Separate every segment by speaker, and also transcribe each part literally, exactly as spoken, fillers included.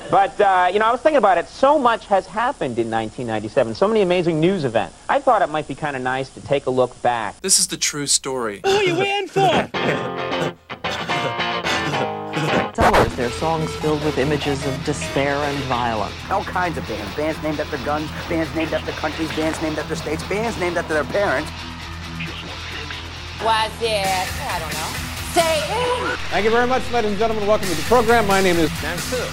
Speaker 1: But, uh, you know, I was thinking about it. So much has happened in nineteen ninety-seven. So many amazing news events. I thought it might be kind of nice to take a look back.
Speaker 2: This is the true story.
Speaker 3: Who are you in for?
Speaker 4: Sellers, their songs filled with images of despair and violence.
Speaker 5: All kinds of bands. Bands named after guns, bands named after countries, bands named after states, bands named after their parents.
Speaker 6: Was it, I don't know, Satan?
Speaker 7: Thank you very much, ladies and gentlemen. Welcome to the program. My name is Dan Phil.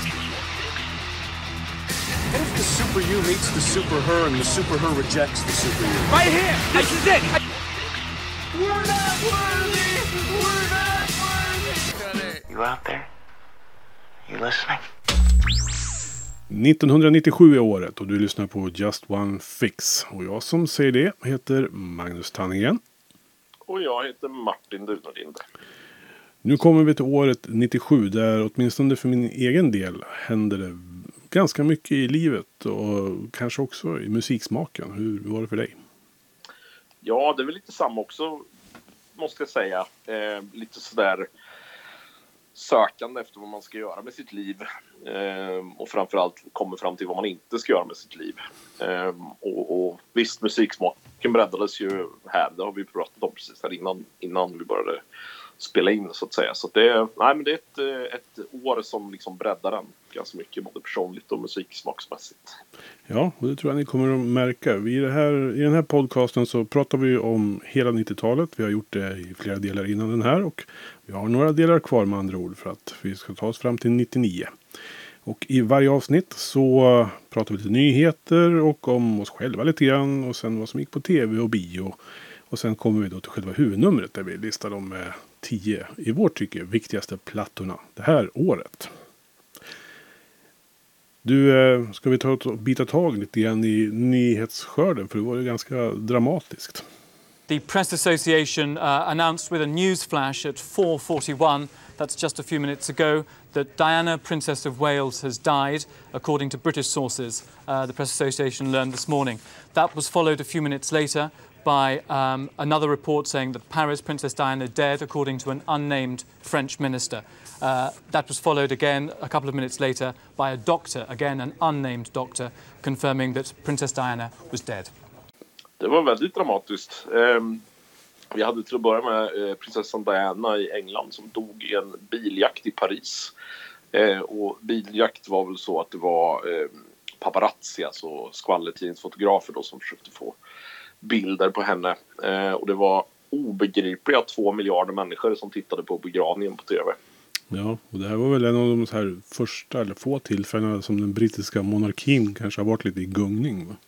Speaker 8: What if the super you meets the super her and the super her rejects the super you?
Speaker 3: Right here! This is it!
Speaker 6: We're not worthy! We're not worthy!
Speaker 5: You out there? You listening?
Speaker 9: nittonhundranittiosju är året och du lyssnar på Just One Fix. Och jag som säger det heter Magnus Tanningen.
Speaker 10: Och jag heter Martin Dunolind.
Speaker 9: Nu kommer vi till året nittiosju där åtminstone för min egen del händer det ganska mycket i livet och kanske också i musiksmaken. Hur var det för dig?
Speaker 10: Ja, det är väl lite samma också, måste jag säga. Eh, lite sådär sökande efter vad man ska göra med sitt liv. Eh, och framförallt kommer fram till vad man inte ska göra med sitt liv. Eh, och, och visst, musiksmaken breddades ju här. Det har vi pratat om precis här innan, innan vi började spela in, så att säga. Så det, nej, men det är ett, ett år som liksom breddar den ganska mycket, både personligt och musiksmaksmässigt.
Speaker 9: Ja, och det tror jag ni kommer att märka. Vi i, det här, i den här podcasten så pratar vi om hela nittiotalet. Vi har gjort det i flera delar innan den här och vi har några delar kvar med andra ord för att vi ska ta oss fram till nittionio. Och i varje avsnitt så pratar vi lite nyheter och om oss själva lite grann och sen vad som gick på tv och bio. Och sen kommer vi då till själva huvudnumret där vi listar de tio i vårt tycke viktigaste plattorna det här året. Du, ska vi ta och bita tag lite grann i nyhetsskörden för det var ju ganska dramatiskt.
Speaker 11: The Press Association uh, announced with a news flash at four forty-one, that's just a few minutes ago, that Diana, Princess of Wales, has died, according to British sources. Uh, the Press Association learned this morning. That was followed a few minutes later by um, another report saying that Paris Princess Diana dead, according to an unnamed French minister. Uh, that was followed again a couple of minutes later by a doctor, again an unnamed doctor, confirming that Princess Diana was dead.
Speaker 10: Det var väldigt dramatiskt. Um, vi hade till att börja med eh, prinsessan Diana i England som dog i en biljakt i Paris. Eh, och biljakt var väl så att det var eh, paparazzi, alltså skvallertidningsfotografer då, som försökte få bilder på henne. Eh, och det var obegripliga två miljarder människor som tittade på begravningen på tv.
Speaker 9: Ja, och det här var väl en av de så här första eller få tillfällena som den brittiska monarkin kanske har varit lite i gungning, va?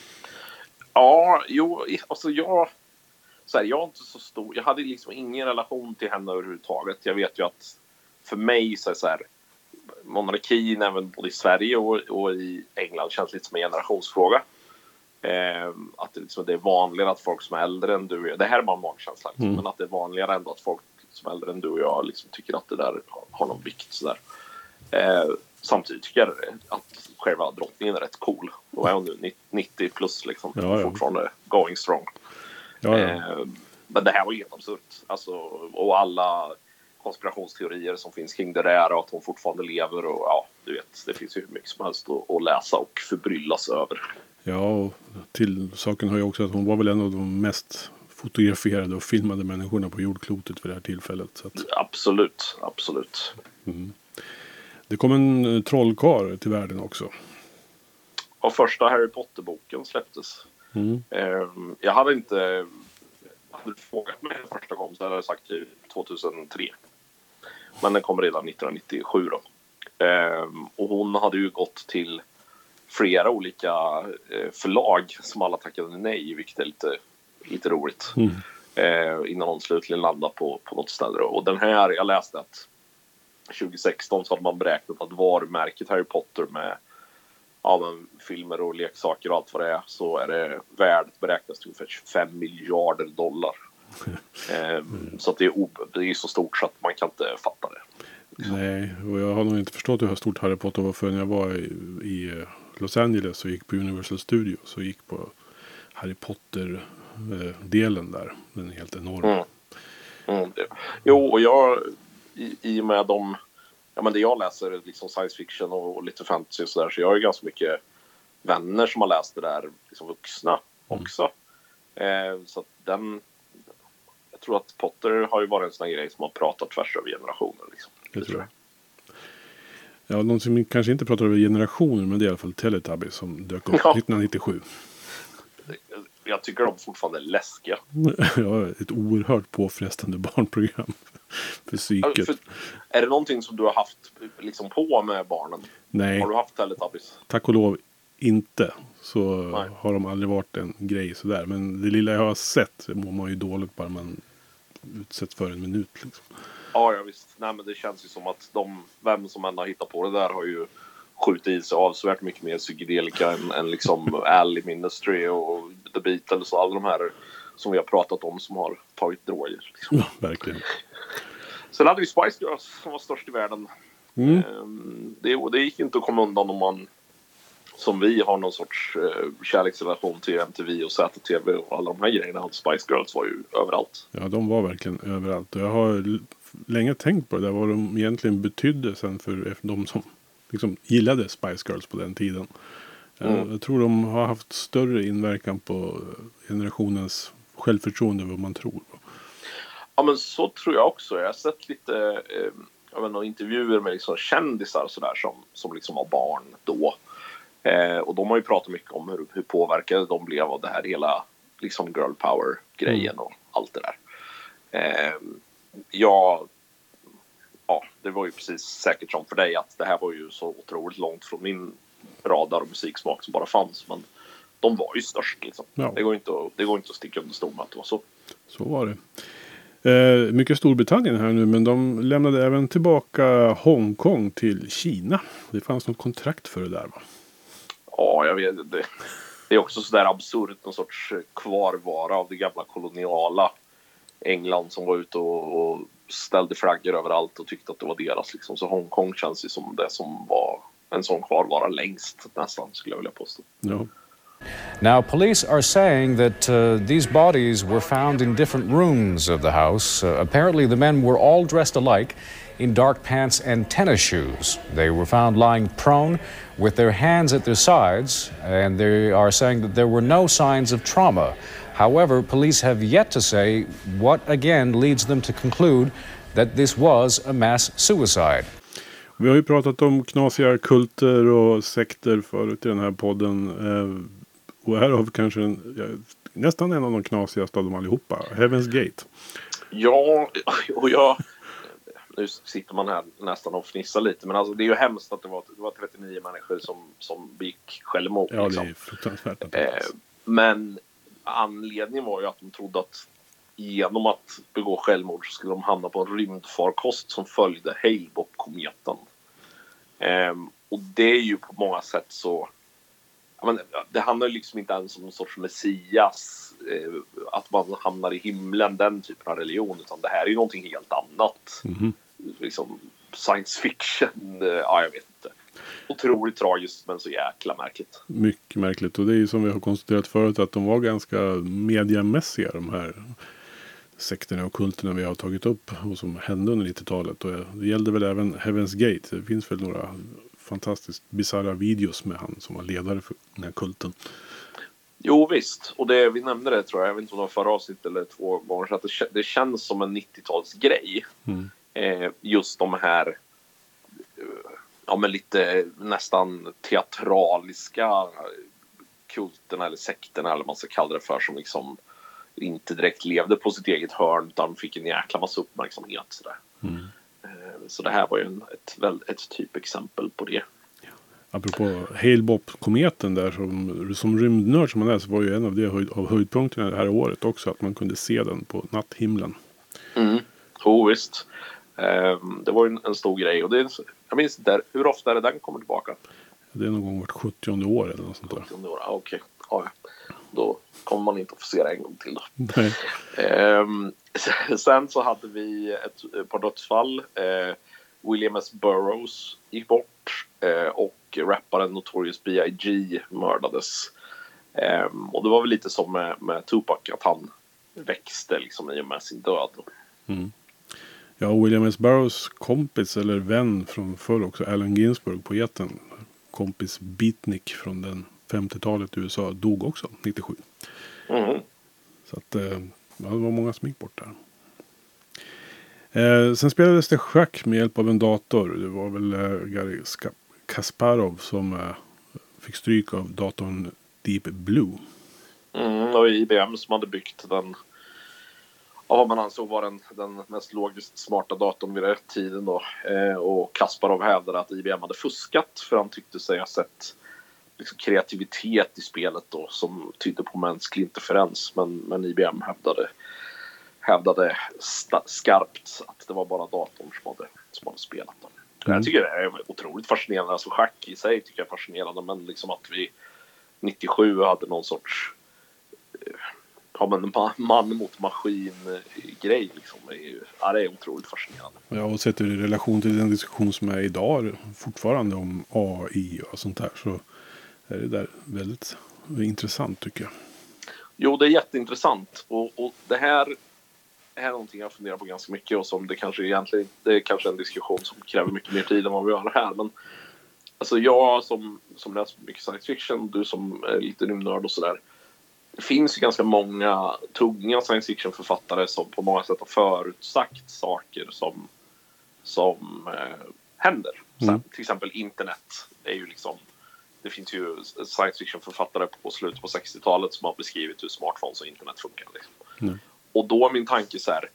Speaker 10: Ja, jo, alltså jag, så här, jag är inte så stor. Jag hade liksom ingen relation till henne överhuvudtaget. Jag vet ju att för mig så är så här, monarkin även både i Sverige och, och i England känns lite som en generationsfråga. Eh, att det, liksom, det är vanligare att folk som är äldre än du, det här är bara en magkänsla, liksom, mm. men att det är vanligare ändå att folk som är äldre än du och jag liksom, tycker att det där har någon vikt. Så där. Eh, samtidigt tycker jag att själva drottningen är rätt cool. Och är hon nu nittio plus liksom,
Speaker 9: ja, ja.
Speaker 10: fortfarande going strong.
Speaker 9: Ja, ja.
Speaker 10: Eh, men det här var helt absurt. Alltså, och alla konspirationsteorier som finns kring det där och att hon fortfarande lever och ja, du vet, det finns ju hur mycket som helst att, att läsa och förbryllas över.
Speaker 9: Ja, och till saken har ju också att hon var väl en av de mest fotograferade och filmade människorna på jordklotet för det här tillfället. Så att...
Speaker 10: Absolut, absolut.
Speaker 9: Mm. Det kom en trollkarl till världen också.
Speaker 10: Och första Harry Potter-boken släpptes.
Speaker 9: Mm.
Speaker 10: Jag hade inte... Hade du frågat mig första gången så hade jag sagt tjugohundratre. Men den kom redan nittonhundranittiosju då. Och hon hade ju gått till flera olika förlag som alla tackade nej, vilket är lite, lite roligt. Mm. Innan hon slutligen landade på, på något ställe. Och den här, jag läste att tjugohundrasexton så hade man beräknat att varumärket Harry Potter med ja, men filmer och leksaker och allt vad det är, så är det värdet beräknas till ungefär tjugofem miljarder dollar. mm. Så att det, är ob- det är så stort så att man kan inte fatta det.
Speaker 9: Nej, och jag har nog inte förstått hur stort Harry Potter var förrän jag var i, i Los Angeles och gick på Universal Studios och gick på Harry Potter-delen där. Den är helt enorm.
Speaker 10: Mm. Mm, det. Jo, och jag i, i och med de ja, men det jag läser är liksom science fiction och, och lite fantasy och sådär. Så jag har ju ganska mycket vänner som har läst det där, liksom vuxna också. Mm. Eh, så att den... Jag tror att Potter har ju varit en sån här grej som har pratat tvärs över generationer. Liksom.
Speaker 9: Det tror jag. Ja, någon som kanske inte pratar över generationer, men det är i alla fall Teletubbies som dök upp ja. nittonhundranittiosju.
Speaker 10: Jag tycker de fortfarande är läskiga.
Speaker 9: Ja, ett oerhört påfrestande barnprogram för psyket.
Speaker 10: Ja, för, är det någonting som du har haft liksom på med barnen?
Speaker 9: Nej.
Speaker 10: Har du haft Teletubbies?
Speaker 9: Tack och lov inte. Så
Speaker 10: Nej.
Speaker 9: Har de aldrig varit en grej sådär. Men det lilla jag har sett mår man ju dåligt bara man utsätts för en minut. Liksom.
Speaker 10: Ja, ja visst. Nej, men det känns ju som att de, vem som än har hittat på det där har ju skjutit i sig avsevärt mycket mer psykedelika än, än liksom Al Ministry och The Beatles och alla de här som vi har pratat om som har tagit droger. Liksom.
Speaker 9: Ja, verkligen.
Speaker 10: Sen hade vi Spice Girls som var störst i världen.
Speaker 9: Mm.
Speaker 10: Det, det gick inte att komma undan om man som vi har någon sorts uh, kärleksrelation till M T V och Z T V och alla de här grejerna. Spice Girls var ju överallt.
Speaker 9: Ja, de var verkligen överallt. Och jag har länge tänkt på det där, vad de egentligen betydde sen för de som liksom gillade Spice Girls på den tiden. Mm. Jag, jag tror de har haft större inverkan på generationens självförtroende än vad man tror.
Speaker 10: Ja, men så tror jag också. Jag har sett lite eh, jag vet inte, intervjuer med liksom kändisar så där, som, som liksom var barn då. Eh, och de har ju pratat mycket om hur, hur påverkade de blev av det här hela liksom girl power-grejen och allt det där. Eh, ja, ja, det var ju precis säkert som för dig att det här var ju så otroligt långt från min radar och musiksmak som bara fanns. Men de var ju störst liksom. Ja. Det går inte att, det går inte att sticka under stol med att det var så.
Speaker 9: Så var det. Eh, mycket Storbritannien här nu, men de lämnade även tillbaka Hongkong till Kina. Det fanns något kontrakt för det där, va?
Speaker 10: Ja, jag vet. Det, det är också sådär absurt, någon sorts kvarvara av det gamla koloniala England som var ute och, och ställde flaggor överallt och tyckte att det var deras. Liksom. Så Hongkong känns ju som det som var en sån kvarvara längst nästan, skulle jag vilja påstå.
Speaker 9: Ja.
Speaker 2: Now, police are saying that uh, these bodies were found in different rooms of the house. Uh, apparently, the men were all dressed alike in dark pants and tennis shoes. They were found lying prone with their hands at their sides, and they are saying that there were no signs of trauma. However, police have yet to say what again leads them to conclude that this was a mass suicide.
Speaker 9: Vi har ju pratat om knasiga kulter och sekter förut i den här podden. Och här har vi kanske en, ja, nästan en av de knasigaste av dem allihopa. Heaven's Gate.
Speaker 10: Ja, och jag... Nu sitter man här nästan och fnissar lite. Men alltså, det är ju hemskt att det var, det var trettionio människor som, som begick självmord.
Speaker 9: Ja,
Speaker 10: liksom.
Speaker 9: det är fruktansvärt.
Speaker 10: Eh, men anledningen var ju att de trodde att genom att begå självmord så skulle de hamna på en rymdfarkost som följde Hale-Bopp-kometen. Eh, och det är ju på många sätt så... Men det handlar ju liksom inte ens om någon sorts messias, eh, att man hamnar i himlen, den typen av religion, utan det här är ju någonting helt annat.
Speaker 9: Mm-hmm.
Speaker 10: Liksom science fiction, eh, ja jag vet inte. Otroligt tragiskt men så jäkla märkligt.
Speaker 9: Mycket märkligt, och det är ju som vi har konstaterat förut att de var ganska mediamässiga, de här sekterna och kulterna vi har tagit upp och som hände under nittiotalet. Och det gällde väl även Heaven's Gate. Det finns väl några fantastiskt bizarra videos med han som var ledare för den här kulten.
Speaker 10: Jo visst, och det, vi nämnde det tror jag, jag vet inte om det var förra avsnitt eller två gånger, så att det, det känns som en nittiotalsgrej.
Speaker 9: Mm.
Speaker 10: Eh, just de här ja men lite nästan teatraliska kulterna eller sekterna eller vad man ska kalla det för, som liksom inte direkt levde på sitt eget hörn utan fick en jäkla massa uppmärksamhet sådär.
Speaker 9: Mm.
Speaker 10: Så det här var ju en, ett, väl, ett typexempel på det.
Speaker 9: Ja. Apropå Hale-Bopp-kometen där som, som rymdnörd som man är, så var ju en av de höjd, av höjdpunkterna det här året också att man kunde se den på natthimlen.
Speaker 10: Mm, oh, visst. Um, det var ju en, en stor grej och det är, jag minns där, hur ofta är det den kommer tillbaka?
Speaker 9: Det är någon gång vart sjuttionde år eller något sånt där.
Speaker 10: sjuttionde år, ah, okej. Okay. Ah, ja. Då kommer man inte att få se det en gång till då.
Speaker 9: Nej.
Speaker 10: Um, sen så hade vi ett, ett par dödsfall. Uh, William S. Burroughs gick bort uh, och rapparen Notorious B I G mördades. Um, och det var väl lite som med, med Tupac att han växte liksom i och med sin död.
Speaker 9: Mm. Ja, William S. Burroughs kompis eller vän från förr också, Allen Ginsberg, poeten, kompis beatnik från den femtiotalet i U S A, dog också nittiosju.
Speaker 10: Mm.
Speaker 9: Så att eh, ja, det var många som gick bort där. Eh, sen spelades det schack med hjälp av en dator. Det var väl eh, Garry Kasparov som eh, fick stryk av datorn Deep Blue.
Speaker 10: Mm, och I B M som hade byggt den, ja, vad man ansåg var den, den mest logiskt smarta datorn vid den tiden då. Eh, och Kasparov hävdade att I B M hade fuskat för han tyckte sig ha sett liksom kreativitet i spelet då som tydde på mänsklig interferens. Men, men I B M hävdade, hävdade sta- skarpt att det var bara datorn som hade, som hade spelat då. Mm. Jag tycker det är otroligt fascinerande. Alltså schack i sig tycker jag är fascinerande, men liksom att vi nittiosju hade någon sorts ja, men man mot maskin grej liksom. Det är ju, ja, det är otroligt fascinerande.
Speaker 9: Ja, och sett i relation till den diskussion som är idag fortfarande om A I och sånt där, så är det där väldigt intressant tycker jag.
Speaker 10: Jo, det är jätteintressant och, och det här är någonting jag funderar på ganska mycket och som det kanske egentligen, det är kanske en diskussion som kräver mycket mer tid än vad vi gör här, men alltså jag som, som läser mycket science fiction, du som är lite rymdnörd och sådär, det finns ju ganska många tunga science fiction-författare som på många sätt har förutsagt saker som, som eh, händer. Mm. Till exempel internet är ju liksom, det finns ju science fiction-författare på slutet på sextiotalet som har beskrivit hur smartphones och internet funkar. Liksom. Mm. Och då är min tanke så här,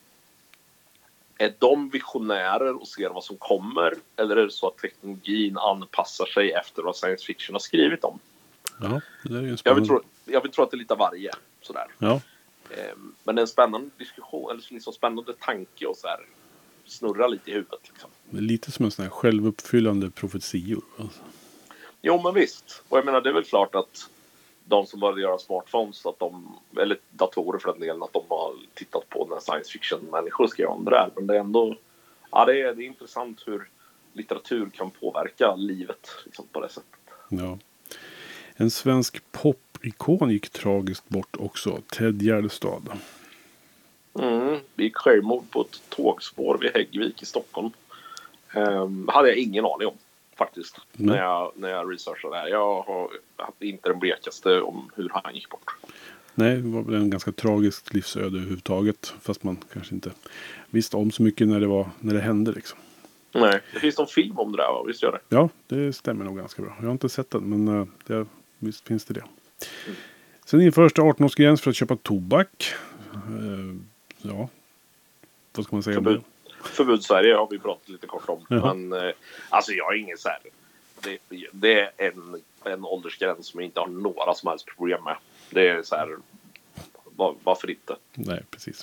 Speaker 10: är de visionärer och ser vad som kommer, eller är det så att teknologin anpassar sig efter vad science fiction har skrivit om?
Speaker 9: Ja, det är ju
Speaker 10: jag, vill tro, jag vill tro att det är lite varje sådär.
Speaker 9: Ja.
Speaker 10: Ehm, men det är en spännande diskussion, eller liksom spännande tanke och så här snurra lite i huvudet. Liksom.
Speaker 9: Det är lite som en sån här självuppfyllande profetior. Alltså.
Speaker 10: Jo, men visst. Och jag menar, det är väl klart att de som började göra smartphones, att de, eller datorer för den delen, att de har tittat på när science fiction-människor skrev om det där. Men det är ändå, ja, det är, det är intressant hur litteratur kan påverka livet liksom, på det sättet.
Speaker 9: Ja. En svensk popikon gick tragiskt bort också, Ted Gärdestad.
Speaker 10: Mm, vi gick självmord på ett tågspår vid Häggvik i Stockholm. Um, hade jag ingen aning om faktiskt, mm. när, jag, när jag researchade det här. Jag har haft inte den blekaste om hur han gick bort.
Speaker 9: Nej, det var väl en ganska tragisk livsöde överhuvudtaget, fast man kanske inte visste om så mycket när det, var, när det hände liksom.
Speaker 10: Nej, det finns någon film om det där, va? Visst gör det?
Speaker 9: Ja, det stämmer nog ganska bra. Jag har inte sett den, men uh, det, visst finns det det. Mm. Sen införs det arton-årsgräns för att köpa tobak. Uh, ja, vad ska man säga
Speaker 10: Förbud.
Speaker 9: om det?
Speaker 10: Förbud Sverige har vi pratat lite kort om. Jaha. Men uh, alltså jag är ingen så här. Det, det är en, en åldersgräns som jag inte har några som helst problem med. Det är så här, var, varför inte?
Speaker 9: Nej, precis.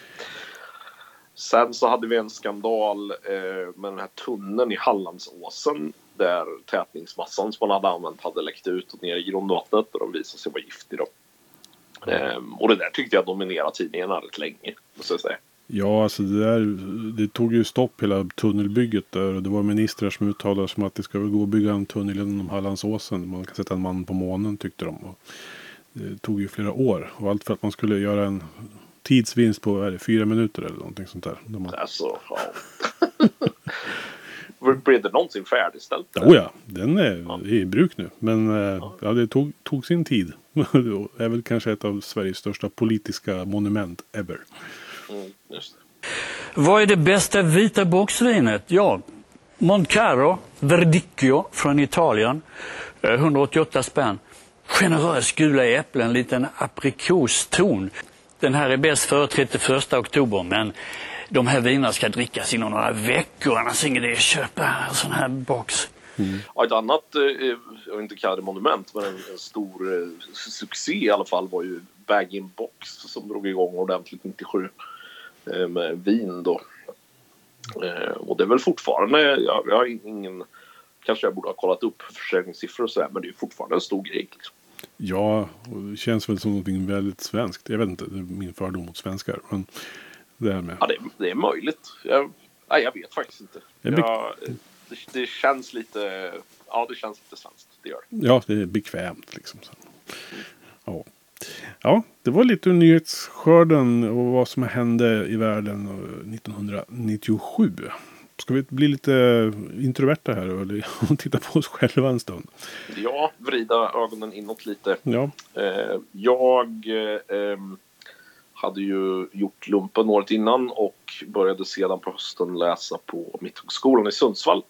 Speaker 10: Sen så hade vi en skandal eh, med den här tunneln i Hallandsåsen där tätningsmassan som man hade använt hade läckt ut och ner i grundvattnet och de visade sig vara giftig då. Eh, och det där tyckte jag dominerade tidningarna rätt länge, måste jag säga.
Speaker 9: Ja, alltså det där, det tog ju stopp hela tunnelbygget där och det var ministrar som uttalade som att det ska gå att bygga en tunnel genom Hallandsåsen. Man kan sätta en man på månen, tyckte de. Och det tog ju flera år och allt för att man skulle göra en tidsvinst på är det, fyra minuter eller någonting sånt där. där man...
Speaker 10: Alltså, ja. Blev det någonsin färdigställt?
Speaker 9: Oh ja, den är ja. i bruk nu. Men ja. ja, det tog, tog sin tid. Det är väl kanske ett av Sveriges största politiska monument ever.
Speaker 10: Mm, just det.
Speaker 12: Vad är det bästa vita boxvinet? Ja, Moncaro Verdicchio från Italien. hundraåttioåtta spänn. Generös gula äpplen, en liten aprikoston. Den här är bäst före trettioförsta oktober, men de här vinerna ska drickas inom några veckor, annars är det ingen idé att köpa en sån här box.
Speaker 10: Mm. Ja, ett annat, jag vill inte kalla det monument, men en, en stor eh, succé i alla fall var ju Bag-in-Box som drog igång ordentligt nittiosju eh, med vin då. Eh, och det är väl fortfarande, jag, jag har ingen, kanske jag borde ha kollat upp försäljningssiffror och sådär, men det är fortfarande en stor grej liksom.
Speaker 9: Ja, och det känns väl som någonting väldigt svenskt. Jag vet inte, det är min fördom mot svenskar. Men det här med...
Speaker 10: Ja, det, det är möjligt. Jag, nej, jag vet faktiskt inte.
Speaker 9: Bek...
Speaker 10: Jag, det, det känns lite, ja, det känns lite svenskt. Det gör det.
Speaker 9: Ja, det är bekvämt liksom. Så. Ja. Ja, det var lite nyhetsskörden och vad som hände i världen nittonhundranittiosju. Ska vi bli lite introverta här och titta på oss själva en stund?
Speaker 10: Ja, vrida ögonen inåt lite.
Speaker 9: Ja.
Speaker 10: Eh, jag eh, hade ju gjort lumpen året innan och började sedan på hösten läsa på Mitthögskolan i Sundsvall.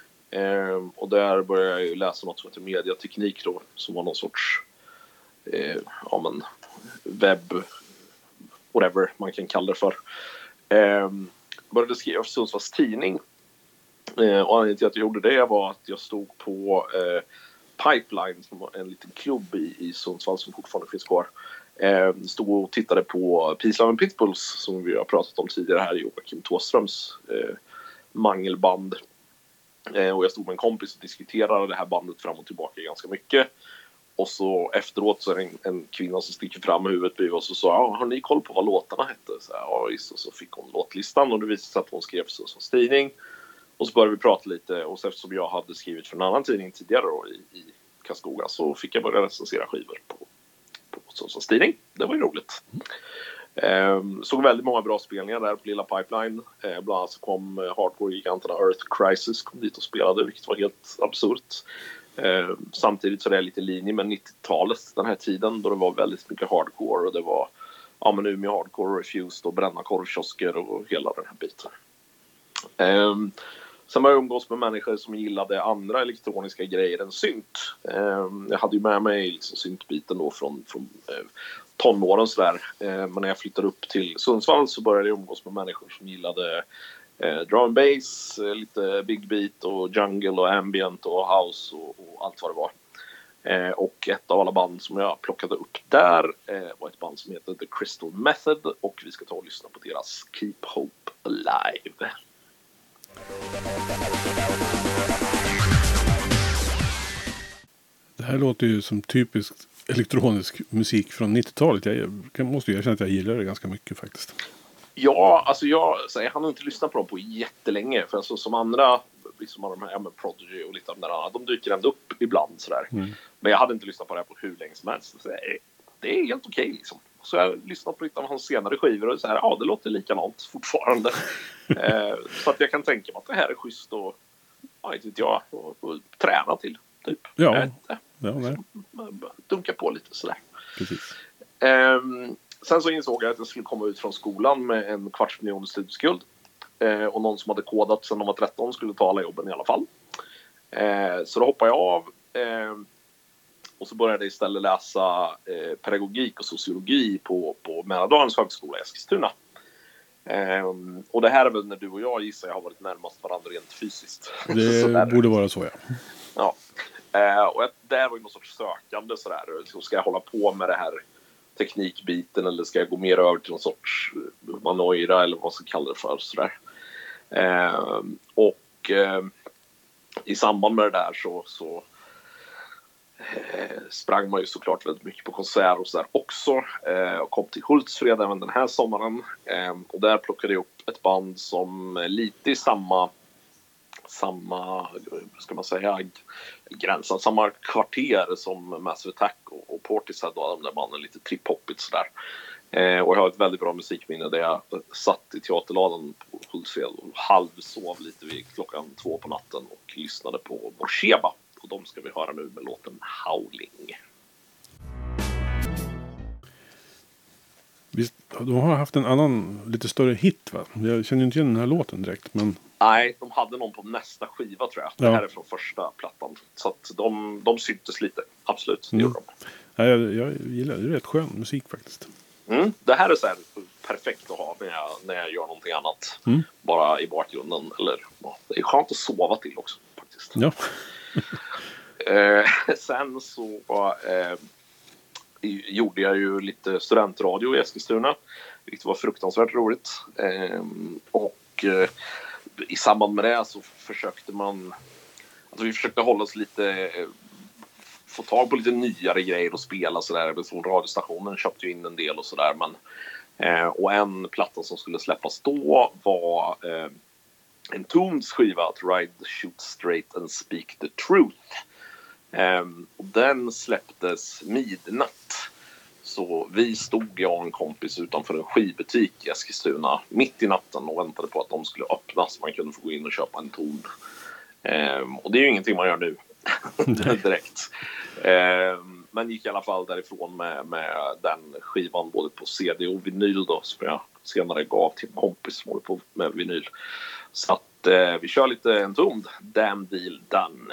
Speaker 10: Eh, och där började jag ju läsa något som heter mediateknik då, som var någon sorts eh, ja, men, webb, whatever man kan kalla det för. Eh, började skriva för Sundsvalls tidning. Eh, och anledningen till att jag gjorde det var att jag stod på eh, Pipeline, som var en liten klubb i, i Sundsvall som fortfarande finns kvar. Eh, stod och tittade på Peace Love and Pitbulls, som vi har pratat om tidigare här, Joakim Thåströms eh, mangelband. Eh, och jag stod med en kompis och diskuterade det här bandet fram och tillbaka ganska mycket. Och så efteråt så är det en, en kvinna som sticker fram huvudet bredvid oss och sa, ja, har ni koll på vad låtarna hette? Så, här, ja, just, och så fick hon låtlistan och det visade sig att hon skrev så som tidning. Och så började vi prata lite, och så eftersom jag hade skrivit för en annan tidning tidigare då, i, i Karlskoga, så fick jag börja recensera skivor på, på Sundsvalls tidning. Det var ju roligt. Ehm, såg väldigt många bra spelningar där på Lilla Pipeline. Ehm, bland annat så kom hardcore-giganterna Earth Crisis kom dit och spelade, vilket var helt absurt. Ehm, samtidigt så är det lite linje med nittiotalet, den här tiden då det var väldigt mycket hardcore och det var ja, men Umeå hardcore, Refused och bränna korvkiosker och hela den här biten. Ehm, sen var jag umgås med människor som gillade andra elektroniska grejer än synt. Ehm, jag hade ju med mig liksom syntbiten då från, från eh, tonåren sådär. Ehm, men när jag flyttade upp till Sundsvall så började jag umgås med människor som gillade eh, drum and bass, eh, lite big beat och jungle och ambient och house och, och allt vad det var. Eh, och ett av alla band som jag plockade upp där eh, var ett band som heter The Crystal Method, och vi ska ta och lyssna på deras Keep Hope Alive.
Speaker 9: Det här låter ju som typisk elektronisk musik från nittiotalet. Jag måste ju erkänna att jag gillar det ganska mycket faktiskt.
Speaker 10: Ja, alltså jag, så jag hann inte lyssna på dem på jättelänge. För alltså, som andra, liksom de här, ja, men Prodigy och lite av den där, de dyker ändå upp ibland sådär. Mm. Men jag hade inte lyssnat på det här på hur länge som helst. Så det är helt okej okay, liksom. Så jag lyssnat på lite av hans senare skivor och så här, ja, det låter likadant fortfarande. eh, så att jag kan tänka mig att det här är schysst och, ja, inte vet jag, och, och träna till, typ.
Speaker 9: Ja,
Speaker 10: äh,
Speaker 9: ja nej.
Speaker 10: Dunka på lite sådär.
Speaker 9: Precis.
Speaker 10: Eh, sen så insåg jag att jag skulle komma ut från skolan med en kvarts miljon studieskuld. Eh, och någon som hade kodat sedan de var tretton skulle ta alla jobben i alla fall. Eh, så då hoppade jag av. Eh, Och så började jag istället läsa eh, pedagogik och sociologi på, på Mälardalens högskola i Eskilstuna. Ehm, och det här är väl när du och jag gissar jag har varit närmast varandra rent fysiskt.
Speaker 9: Det borde vara så, ja.
Speaker 10: Ja. Ehm, och jag, där var ju någon sorts sökande sådär. Så ska jag hålla på med det här teknikbiten eller ska jag gå mer över till någon sorts humanoida eller vad man ska kalla det för sådär. Ehm, och eh, i samband med det där så... så Eh, sprang man ju såklart väldigt mycket på konsert och så där också, eh, och kom till Hultsfred även den här sommaren, eh, och där plockade jag upp ett band som är lite i samma samma, ska man säga, gränsen, samma kvarter som Massive Attack och, och Portishead och de där banden, lite trip-hoppigt sådär. Eh, och jag har ett väldigt bra musikminne där jag satt i teaterladan på Hultsfred och halvsov lite vid klockan två på natten och lyssnade på Morsheba. Och de ska vi höra nu med låten Howling.
Speaker 9: Visst, de har haft en annan lite större hit, va? Jag känner inte igen den här låten direkt, men...
Speaker 10: Nej, de hade någon på nästa skiva tror jag. Det
Speaker 9: ja.
Speaker 10: här är från första plattan. Så att de, de syntes lite, absolut. Det
Speaker 9: mm.
Speaker 10: gjorde de.
Speaker 9: Ja, jag, jag gillar det. Det är rätt skön musik faktiskt.
Speaker 10: Mm, det här är så här perfekt att ha när jag, när jag gör någonting annat. Mm. Bara i bakgrunden. Eller, ja, det är skönt att sova till också faktiskt.
Speaker 9: Ja.
Speaker 10: eh, sen så eh, gjorde jag ju lite studentradio i Eskilstuna, vilket var fruktansvärt roligt. Eh, och eh, i samband med det så försökte man, alltså vi försökte hålla oss lite, eh, få tag på lite nyare grejer och spela sådär. Så radiostationen köpte ju in en del och sådär, men eh, och en platta som skulle släppas då var eh, en Tombs skiva, att Ride, Shoot Straight and Speak the Truth. Um, och den släpptes midnatt. Så Så vi stod, jag och en kompis, utanför en skivbutik i Eskilstuna mitt i natten och väntade på att de skulle öppna så man kunde få gå in och köpa en ton. Ehm, och det är ju ingenting man gör nu direkt. Ehm, men gick i alla fall därifrån med, med den skivan både på C D och vinyl då, som jag senare gav till en kompis som håller på med vinyl. Så att eh, vi kör lite en ton. Damn Deal Done.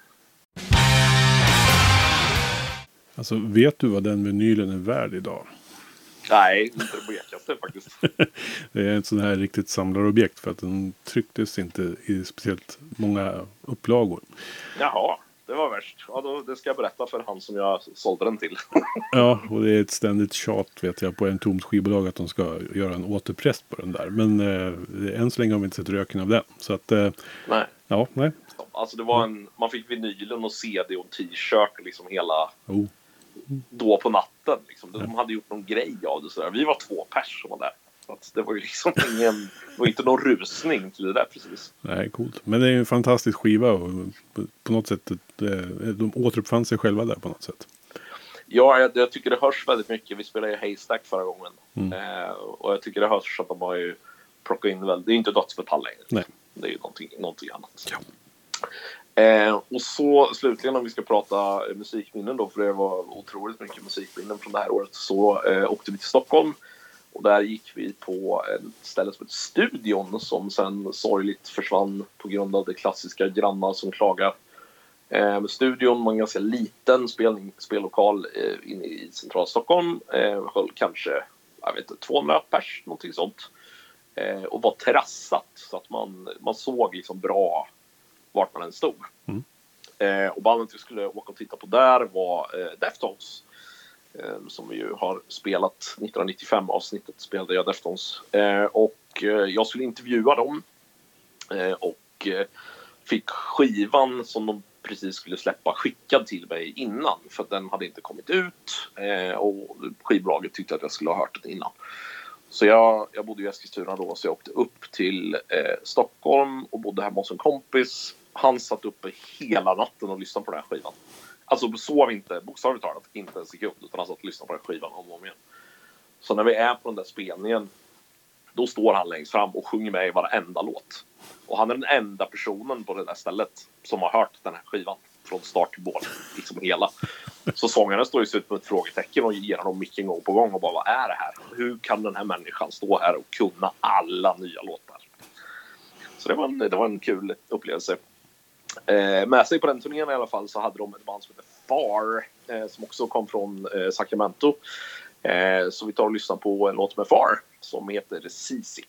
Speaker 9: Alltså, vet du vad den vinylen är värd idag?
Speaker 10: Nej, inte det blekaste faktiskt.
Speaker 9: Det är ett sån här riktigt samlarobjekt för att den trycktes inte i speciellt många upplagor.
Speaker 10: Jaha, det var värst. Ja, då, det ska jag berätta för han som jag sålde den till.
Speaker 9: Ja, och det är ett ständigt tjat, vet jag, på en tomt skivbolag att de ska göra en återpress på den där. Men eh, än så länge har vi inte sett röken av den. Så att, eh,
Speaker 10: nej.
Speaker 9: Ja, nej.
Speaker 10: Alltså det var en, man fick vinylen och C D och t-shirt liksom hela...
Speaker 9: Oh.
Speaker 10: Då på natten liksom. De hade gjort någon grej av det sådär. Vi var två pers som var där. Så att det var ju liksom ingen, det var inte någon rusning till det där precis.
Speaker 9: Nej, coolt. Men det är en fantastisk skiva och på något sätt de återuppfann sig själva där på något sätt.
Speaker 10: Ja, jag, jag tycker det hörs väldigt mycket. Vi spelade ju Haystack förra gången.
Speaker 9: Mm.
Speaker 10: Eh, och jag tycker det hörs att de har ju plockat in väl. Det är inte dödsmetall längre.
Speaker 9: Nej.
Speaker 10: Det är ju någonting, någonting annat. Ja. Eh, och så slutligen om vi ska prata musikminnen då, för det var otroligt mycket musikminnen från det här året, så eh, åkte vi till Stockholm och där gick vi på ett ställe som heter Studion som sen sorgligt försvann på grund av det klassiska grannar som klagar. Eh, Studion var en ganska liten spelning, spellokal eh, inne i centrala Stockholm, eh, höll kanske jag vet inte, tvåhundra pers, någonting sånt, eh, och var terrassat så att man, man såg liksom bra vart man än stod. Mm. Eh, och bandet vi skulle åka och titta på där var eh, Deftones. Eh, som vi ju har spelat nittonhundranittiofem avsnittet spelade jag Deftones. Eh, och eh, jag skulle intervjua dem. Eh, och eh, fick skivan som de precis skulle släppa skickad till mig innan. För att den hade inte kommit ut. Eh, och skivbolaget tyckte att jag skulle ha hört den innan. Så jag, jag bodde i Eskilstuna då, så jag åkte upp till eh, Stockholm och bodde hemma hos en kompis. Han satt uppe hela natten och lyssnade på den här skivan. Alltså sov inte, bokstavligt talat, inte en sekund, utan han satt och lyssnade på den här skivan om och om igen. Så när vi är på den där spelningen, då står han längst fram och sjunger med i varenda låt. Och han är den enda personen på det där stället som har hört den här skivan från start till mål, liksom hela. Så sångaren står ju ut med ett frågetecken och ger honom micken gång på gång och bara, vad är det här? Hur kan den här människan stå här och kunna alla nya låtar? Så det var en, det var en kul upplevelse. Eh, med sig på den turnén i alla fall så hade de ett band som heter Far, eh, som också kom från eh, Sacramento. Eh, så vi tar och lyssnar på en låt med Far som heter Sisip.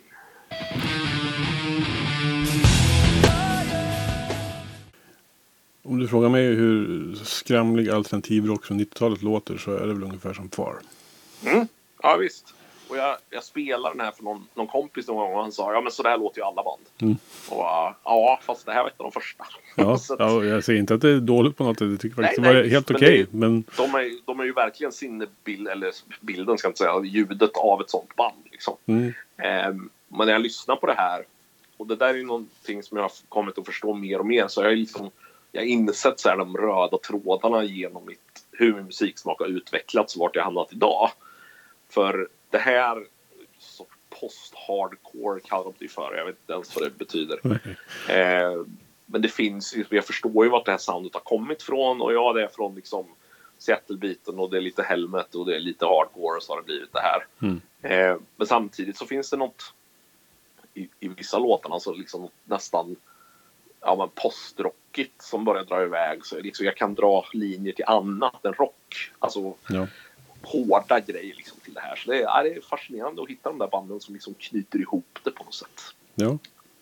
Speaker 9: Om du frågar mig hur skramlig alternativrock från nittiotalet låter, så är det väl ungefär som Far.
Speaker 10: Mm. Ja visst. Och jag, jag spelade den här för någon, någon kompis någon gång och han sa, ja men så där låter ju alla band. Mm. Och ja, fast det här var ett av de första.
Speaker 9: Ja,
Speaker 10: så att,
Speaker 9: ja, jag säger inte att det är dåligt på något sätt. Jag tycker faktiskt nej, det var nej, helt okej. Okay, men
Speaker 10: de, är, de är ju verkligen sinnebild, eller bilden ska jag inte säga, ljudet av ett sånt band. Liksom. Mm. Um, men när jag lyssnar på det här, och det där är ju någonting som jag har kommit att förstå mer och mer, så jag har liksom, jag har insett så här de röda trådarna genom mitt, hur min musiksmak har utvecklats och vart jag hamnat idag. För det här så post-hardcore kallar de det för. Jag vet inte ens vad det betyder. eh, men det finns, jag förstår ju vart det här soundet har kommit från. Och ja, det är från liksom Seattle-biten och det är lite Helmet och det är lite hardcore och så har det blivit det här. Mm. Eh, men samtidigt så finns det något i, i vissa låtarna, alltså liksom nästan ja, men postrockigt som börjar dra iväg. Så liksom jag kan dra linjer till annat än rock. Alltså ja. Hårda grejer liksom till det här. Så det är, ja, det är fascinerande att hitta de där banden som liksom knyter ihop det på något sätt.
Speaker 9: Ja.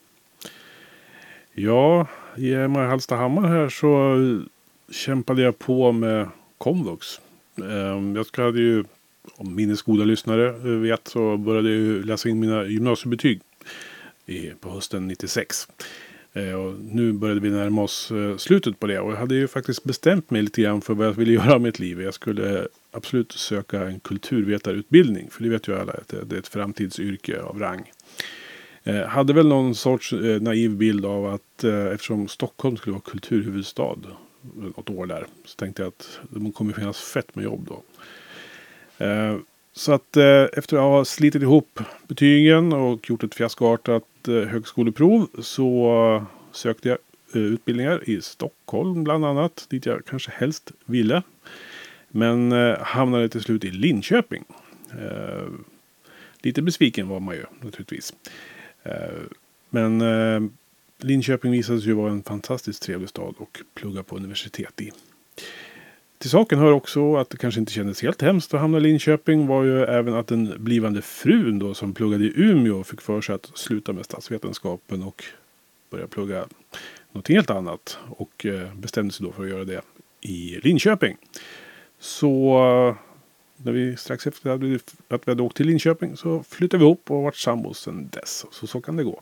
Speaker 9: Ja, i Hallstahammar här så kämpade jag på med Komvux. Jag hade ju, om minnesgoda lyssnare vet, så började jag läsa in mina gymnasiebetyg på hösten nittiosex. Och nu började vi närma oss slutet på det. Och jag hade ju faktiskt bestämt mig lite grann för vad jag ville göra med mitt liv. Jag skulle absolut söka en kulturvetarutbildning. För det vet ju alla att det är ett framtidsyrke av rang. Jag hade väl någon sorts naiv bild av att eftersom Stockholm skulle vara kulturhuvudstad något år där, så tänkte jag att det kommer finnas fett med jobb då. Eh, så att eh, efter att ha slitit ihop betygen och gjort ett fiaskoartat eh, högskoleprov så sökte jag eh, utbildningar i Stockholm bland annat, dit jag kanske helst ville. Men eh, hamnade till slut i Linköping. Eh, lite besviken var man ju naturligtvis. Eh, men eh, Linköping visade sig ju vara en fantastiskt trevlig stad och plugga på universitet i. Till saken hör också att det kanske inte kändes helt hemskt att hamna i Linköping var ju även att den blivande frun då som pluggade i Umeå fick för sig att sluta med statsvetenskapen och börja plugga något helt annat. Och eh, bestämde sig då för att göra det i Linköping. Så när vi strax efter att vi hade åkt till Linköping så flyttade vi ihop och varit sambos sedan dess. Så så kan det gå.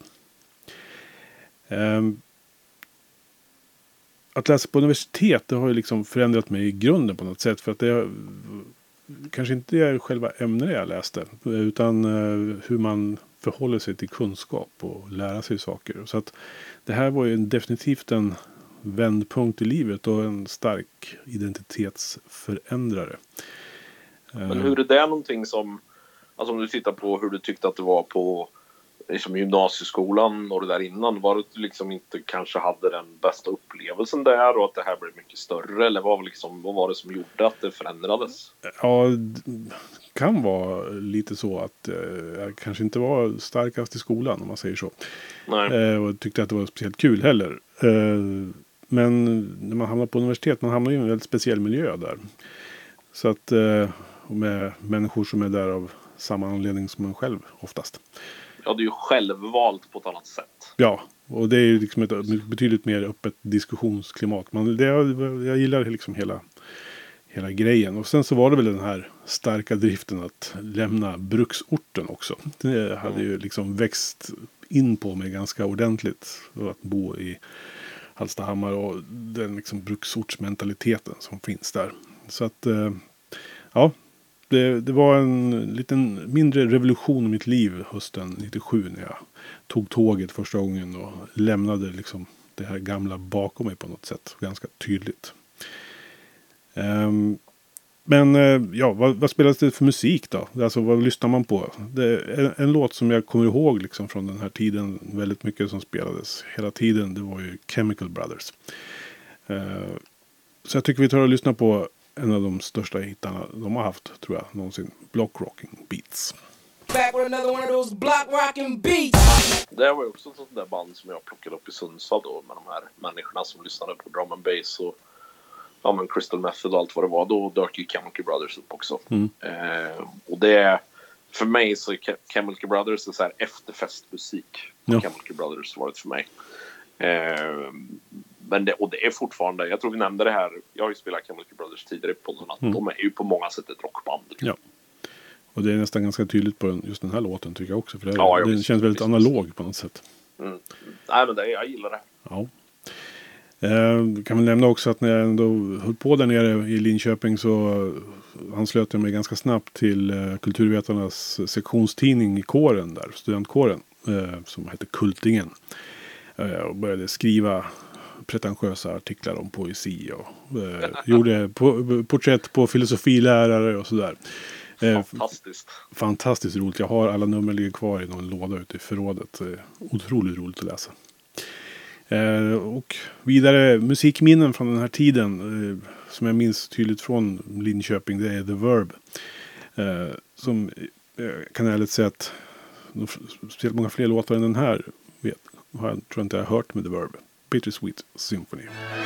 Speaker 9: Um, att läsa på universitet det har ju liksom förändrat mig i grunden på något sätt. För att det kanske inte är själva ämnet jag läste. Utan uh, hur man förhåller sig till kunskap och lära sig saker. Så att det här var ju definitivt en vändpunkt i livet och en stark identitetsförändrare.
Speaker 10: Men hur är det någonting som, alltså om du tittar på hur du tyckte att det var på liksom gymnasieskolan och det där innan, var det att du liksom inte kanske hade den bästa upplevelsen där och att det här blev mycket större, eller vad, liksom, vad var det som gjorde att det förändrades?
Speaker 9: Ja, det kan vara lite så att eh, jag kanske inte var starkast i skolan om man säger så.
Speaker 10: Nej.
Speaker 9: Eh, och tyckte att det var speciellt kul heller. Eh, men när man hamnar på universitet, man hamnar i en väldigt speciell miljö där. Så att eh, med människor som är där av samma anledning som man själv oftast.
Speaker 10: Ja, det är ju självvalt på ett annat sätt.
Speaker 9: Ja, och det är ju liksom ett betydligt mer öppet diskussionsklimat. Man, det, jag gillar liksom hela, hela grejen. Och sen så var det väl den här starka driften att lämna bruksorten också. Det hade ju liksom växt in på mig ganska ordentligt. Att bo i Hallstahammar och den liksom bruksortsmentaliteten som finns där. Så att, ja, det, det var en liten mindre revolution i mitt liv hösten nittiosju när jag tog tåget första gången och lämnade liksom det här gamla bakom mig på något sätt. Ganska tydligt. Um, men ja, vad, vad spelas det för musik då? Alltså vad lyssnar man på? Det är en, en låt som jag kommer ihåg liksom från den här tiden väldigt mycket som spelades hela tiden. Det var ju Chemical Brothers. Uh, så jag tycker vi tar och lyssnar på en av de största hittarna de har haft, tror jag, någonsin. Block Rocking Beats.
Speaker 3: Back with another one of those block rocking beats.
Speaker 10: Det var ju också ett sånt där band som jag plockade upp i Sundsvall då, med de här människorna som lyssnade på drum and bass och ja, men Crystal Method och allt vad det var. Då dök ju Chemical Brothers upp också. Mm. Eh, och det, för mig så är Chemical Brothers är så här efterfestmusik. Ja. Chemical Brothers var det för mig. Eh, men det, och det är fortfarande, jag tror vi nämnde det här, jag har ju spelat Chemical Brothers tidigare på podden, att mm. de är ju på många sätt ett rockband.
Speaker 9: Ja. Och det är nästan ganska tydligt på just den här låten tycker jag också. För det,
Speaker 10: ja,
Speaker 9: det
Speaker 10: visst,
Speaker 9: känns väldigt
Speaker 10: visst,
Speaker 9: analog
Speaker 10: visst.
Speaker 9: på något sätt.
Speaker 10: Mm. Nej, men det, jag gillar det.
Speaker 9: Ja. Eh, kan väl nämna också att när jag ändå höll på där nere i Linköping så anslöt jag mig ganska snabbt till eh, kulturvetarnas sektionstidning i kåren där, studentkåren, eh, som heter Kultingen. Eh, och började skriva pretentiösa artiklar om poesi och eh, gjorde po- porträtt på filosofilärare och sådär. Eh,
Speaker 10: Fantastiskt.
Speaker 9: Fantastiskt roligt. Jag har alla nummer ligger kvar i någon låda ute i förrådet. Eh, otroligt roligt att läsa. Eh, och vidare musikminnen från den här tiden eh, som jag minns tydligt från Linköping, det är The Verb. Eh, som eh, kan ärligt säga att de spelar många fler låtar än den här vet, har jag, tror jag inte jag har hört med The Verb. Bittersweet Symphony.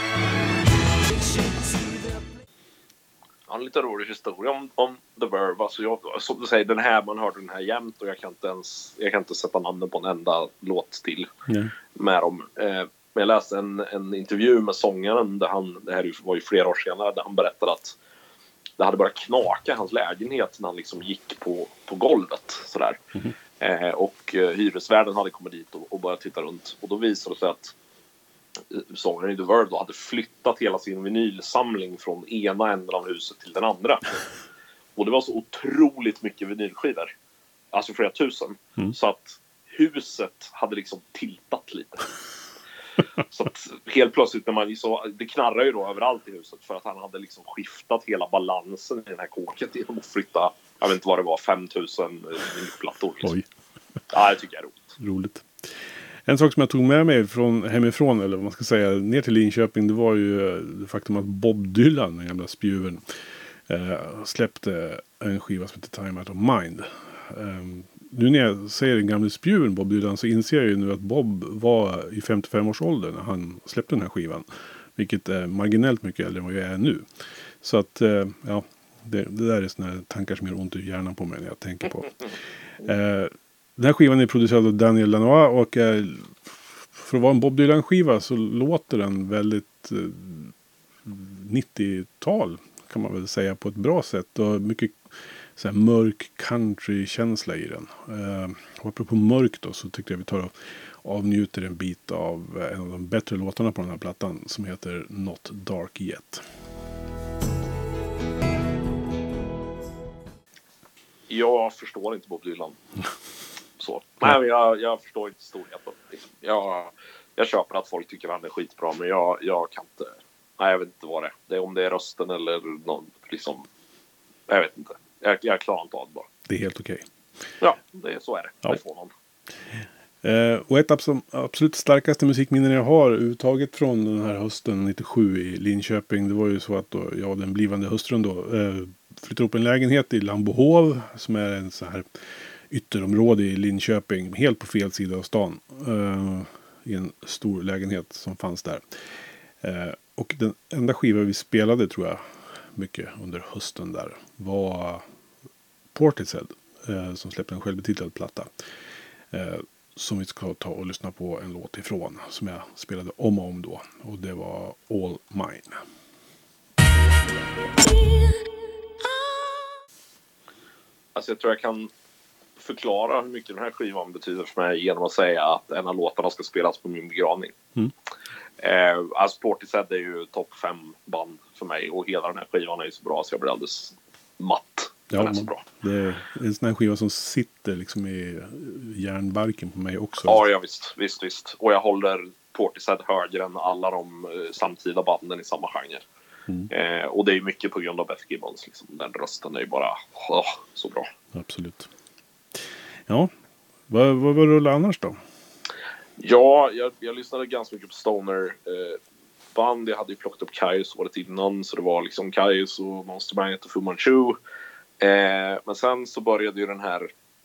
Speaker 10: Ja, en lite rolig historia om, om The Verve. Alltså jag, som du säger, den här, man hörde den här jämt och jag kan inte ens jag kan inte sätta namnet på en enda låt till
Speaker 9: Nej.
Speaker 10: med dem. Eh, men jag läste en, en intervju med sångaren där han, det här var ju flera år senare, där han berättade att det hade börjat knaka i hans lägenhet när han liksom gick på, på golvet sådär. Mm-hmm. Eh, och eh, hyresvärden hade kommit dit och, och börjat titta runt. Och då visade det sig att sångaren i The Verve då hade flyttat hela sin vinylsamling från ena änden av huset till den andra. Och det var så otroligt mycket vinylskivor. Alltså flera tusen. Mm. Så att huset hade liksom tiltat lite. Så att helt plötsligt när man så, det knarrar ju då överallt i huset för att han hade liksom skiftat hela balansen i den här kåket genom att flytta, jag vet inte vad det var, femtusen plattor. Liksom.
Speaker 9: Oj.
Speaker 10: Ja, det tycker jag är roligt.
Speaker 9: Roligt. En sak som jag tog med mig från hemifrån, eller vad man ska säga, ner till Linköping, det var ju det faktum att Bob Dylan, den gamla spjuven, eh, släppte en skiva som heter Time Out of Mind. Eh, nu när jag säger den gamla spjuven Bob Dylan så inser jag ju nu att Bob var i femtiofem års ålder när han släppte den här skivan. Vilket är marginellt mycket äldre än vad jag är nu. Så att, eh, ja, det, det där är såna här tankar som gör ont i hjärnan på mig när jag tänker på. Eh, Den här skivan är producerad av Daniel Lanois och eh, för att vara en Bob Dylan-skiva så låter den väldigt eh, nittiotal kan man väl säga på ett bra sätt. Och mycket så här, mörk country-känsla i den. Eh, och apropå mörk då så tyckte jag vi tar och avnjuter en bit av en av de bättre låtarna på den här plattan som heter Not Dark Yet.
Speaker 10: Jag förstår inte Bob Dylan. Så. Nej, jag, jag förstår inte storheten. Liksom. Jag, jag köper att folk tycker att han är skitbra, men jag, jag kan inte. Nej, jag vet inte vad det är. Det är om det är rösten eller någon, liksom. Jag vet inte. Jag, jag klarar inte av det bara.
Speaker 9: Det är helt okej.
Speaker 10: Ja, det, så är det.
Speaker 9: Ja.
Speaker 10: Det får man.
Speaker 9: Eh, och ett av absolut starkaste musikminnen jag har uttaget från den här hösten nittiosju i Linköping, det var ju så att då, ja, den blivande hustrun då eh, flyttade upp en lägenhet i Lambohov som är en så här ytterområde i Linköping, helt på fel sida av stan, eh, i en stor lägenhet som fanns där. Eh, och den enda skiva vi spelade tror jag mycket under hösten där var Portishead eh, som släppte en självbetitlad platta. Eh, som vi ska ta och lyssna på en låt ifrån som jag spelade om och om då. Och det var All Mine.
Speaker 10: Alltså jag tror jag kan förklara hur mycket den här skivan betyder för mig genom att säga att en av låtarna ska spelas på min begravning. Mm. Eh, alltså Portishead är ju topp fem band för mig och hela den här skivan är ju så bra så jag blir alldeles matt.
Speaker 9: Ja, är så bra. Det är en sån här skiva som sitter liksom i järnbarken på mig också.
Speaker 10: Ja, ja visst, visst, visst. Och jag håller Portishead högre än alla de samtida banden i samma genre. Mm. Eh, och det är mycket på grund av Beth Gibbons. Liksom. Den rösten är ju bara oh, så bra.
Speaker 9: Absolut. Ja, vad, vad, vad rullar annars då?
Speaker 10: Ja, jag, jag lyssnade ganska mycket på Stoner eh, band. Jag hade ju plockat upp Kaius året innan. Så det var liksom Kaius och Monster Magnet och Fu Manchu. Eh, men sen så började ju den här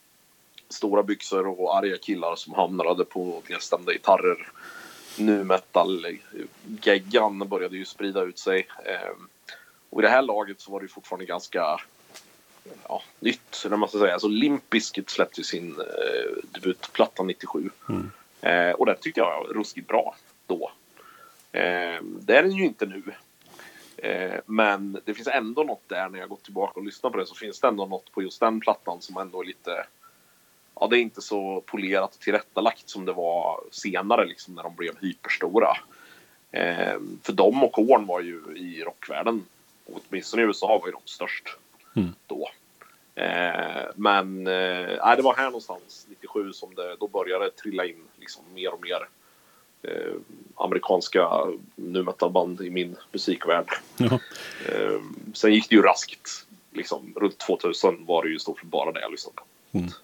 Speaker 10: stora byxor och arga killar som hamnade på nedstämda gitarrer. Nu metal geggan började ju sprida ut sig. Eh, och i det här laget så var det ju fortfarande ganska ja, nytt. Eller man ska säga. Alltså Limp Bizkit släppte sin eh, debutplatta nittiosju. Mm. Eh, och det tyckte jag var ruskigt bra då. Eh, det är den ju inte nu. Eh, men det finns ändå något där när jag gått tillbaka och lyssnar på det så finns det ändå något på just den plattan som ändå är lite ja det är inte så polerat och tillrättalagt som det var senare liksom när de blev hyperstora. Eh, för de och Korn var ju i rockvärlden och åtminstone i U S A var ju de störst mm. då. Eh, men eh, det var här någonstans nittiosju som det då började trilla in liksom mer och mer Eh, amerikanska nu metalband i min musikvärld. Ja. Eh, sen gick det ju raskt liksom, runt tvåtusen var det ju stort för bara det jag lyssnade på. Mm.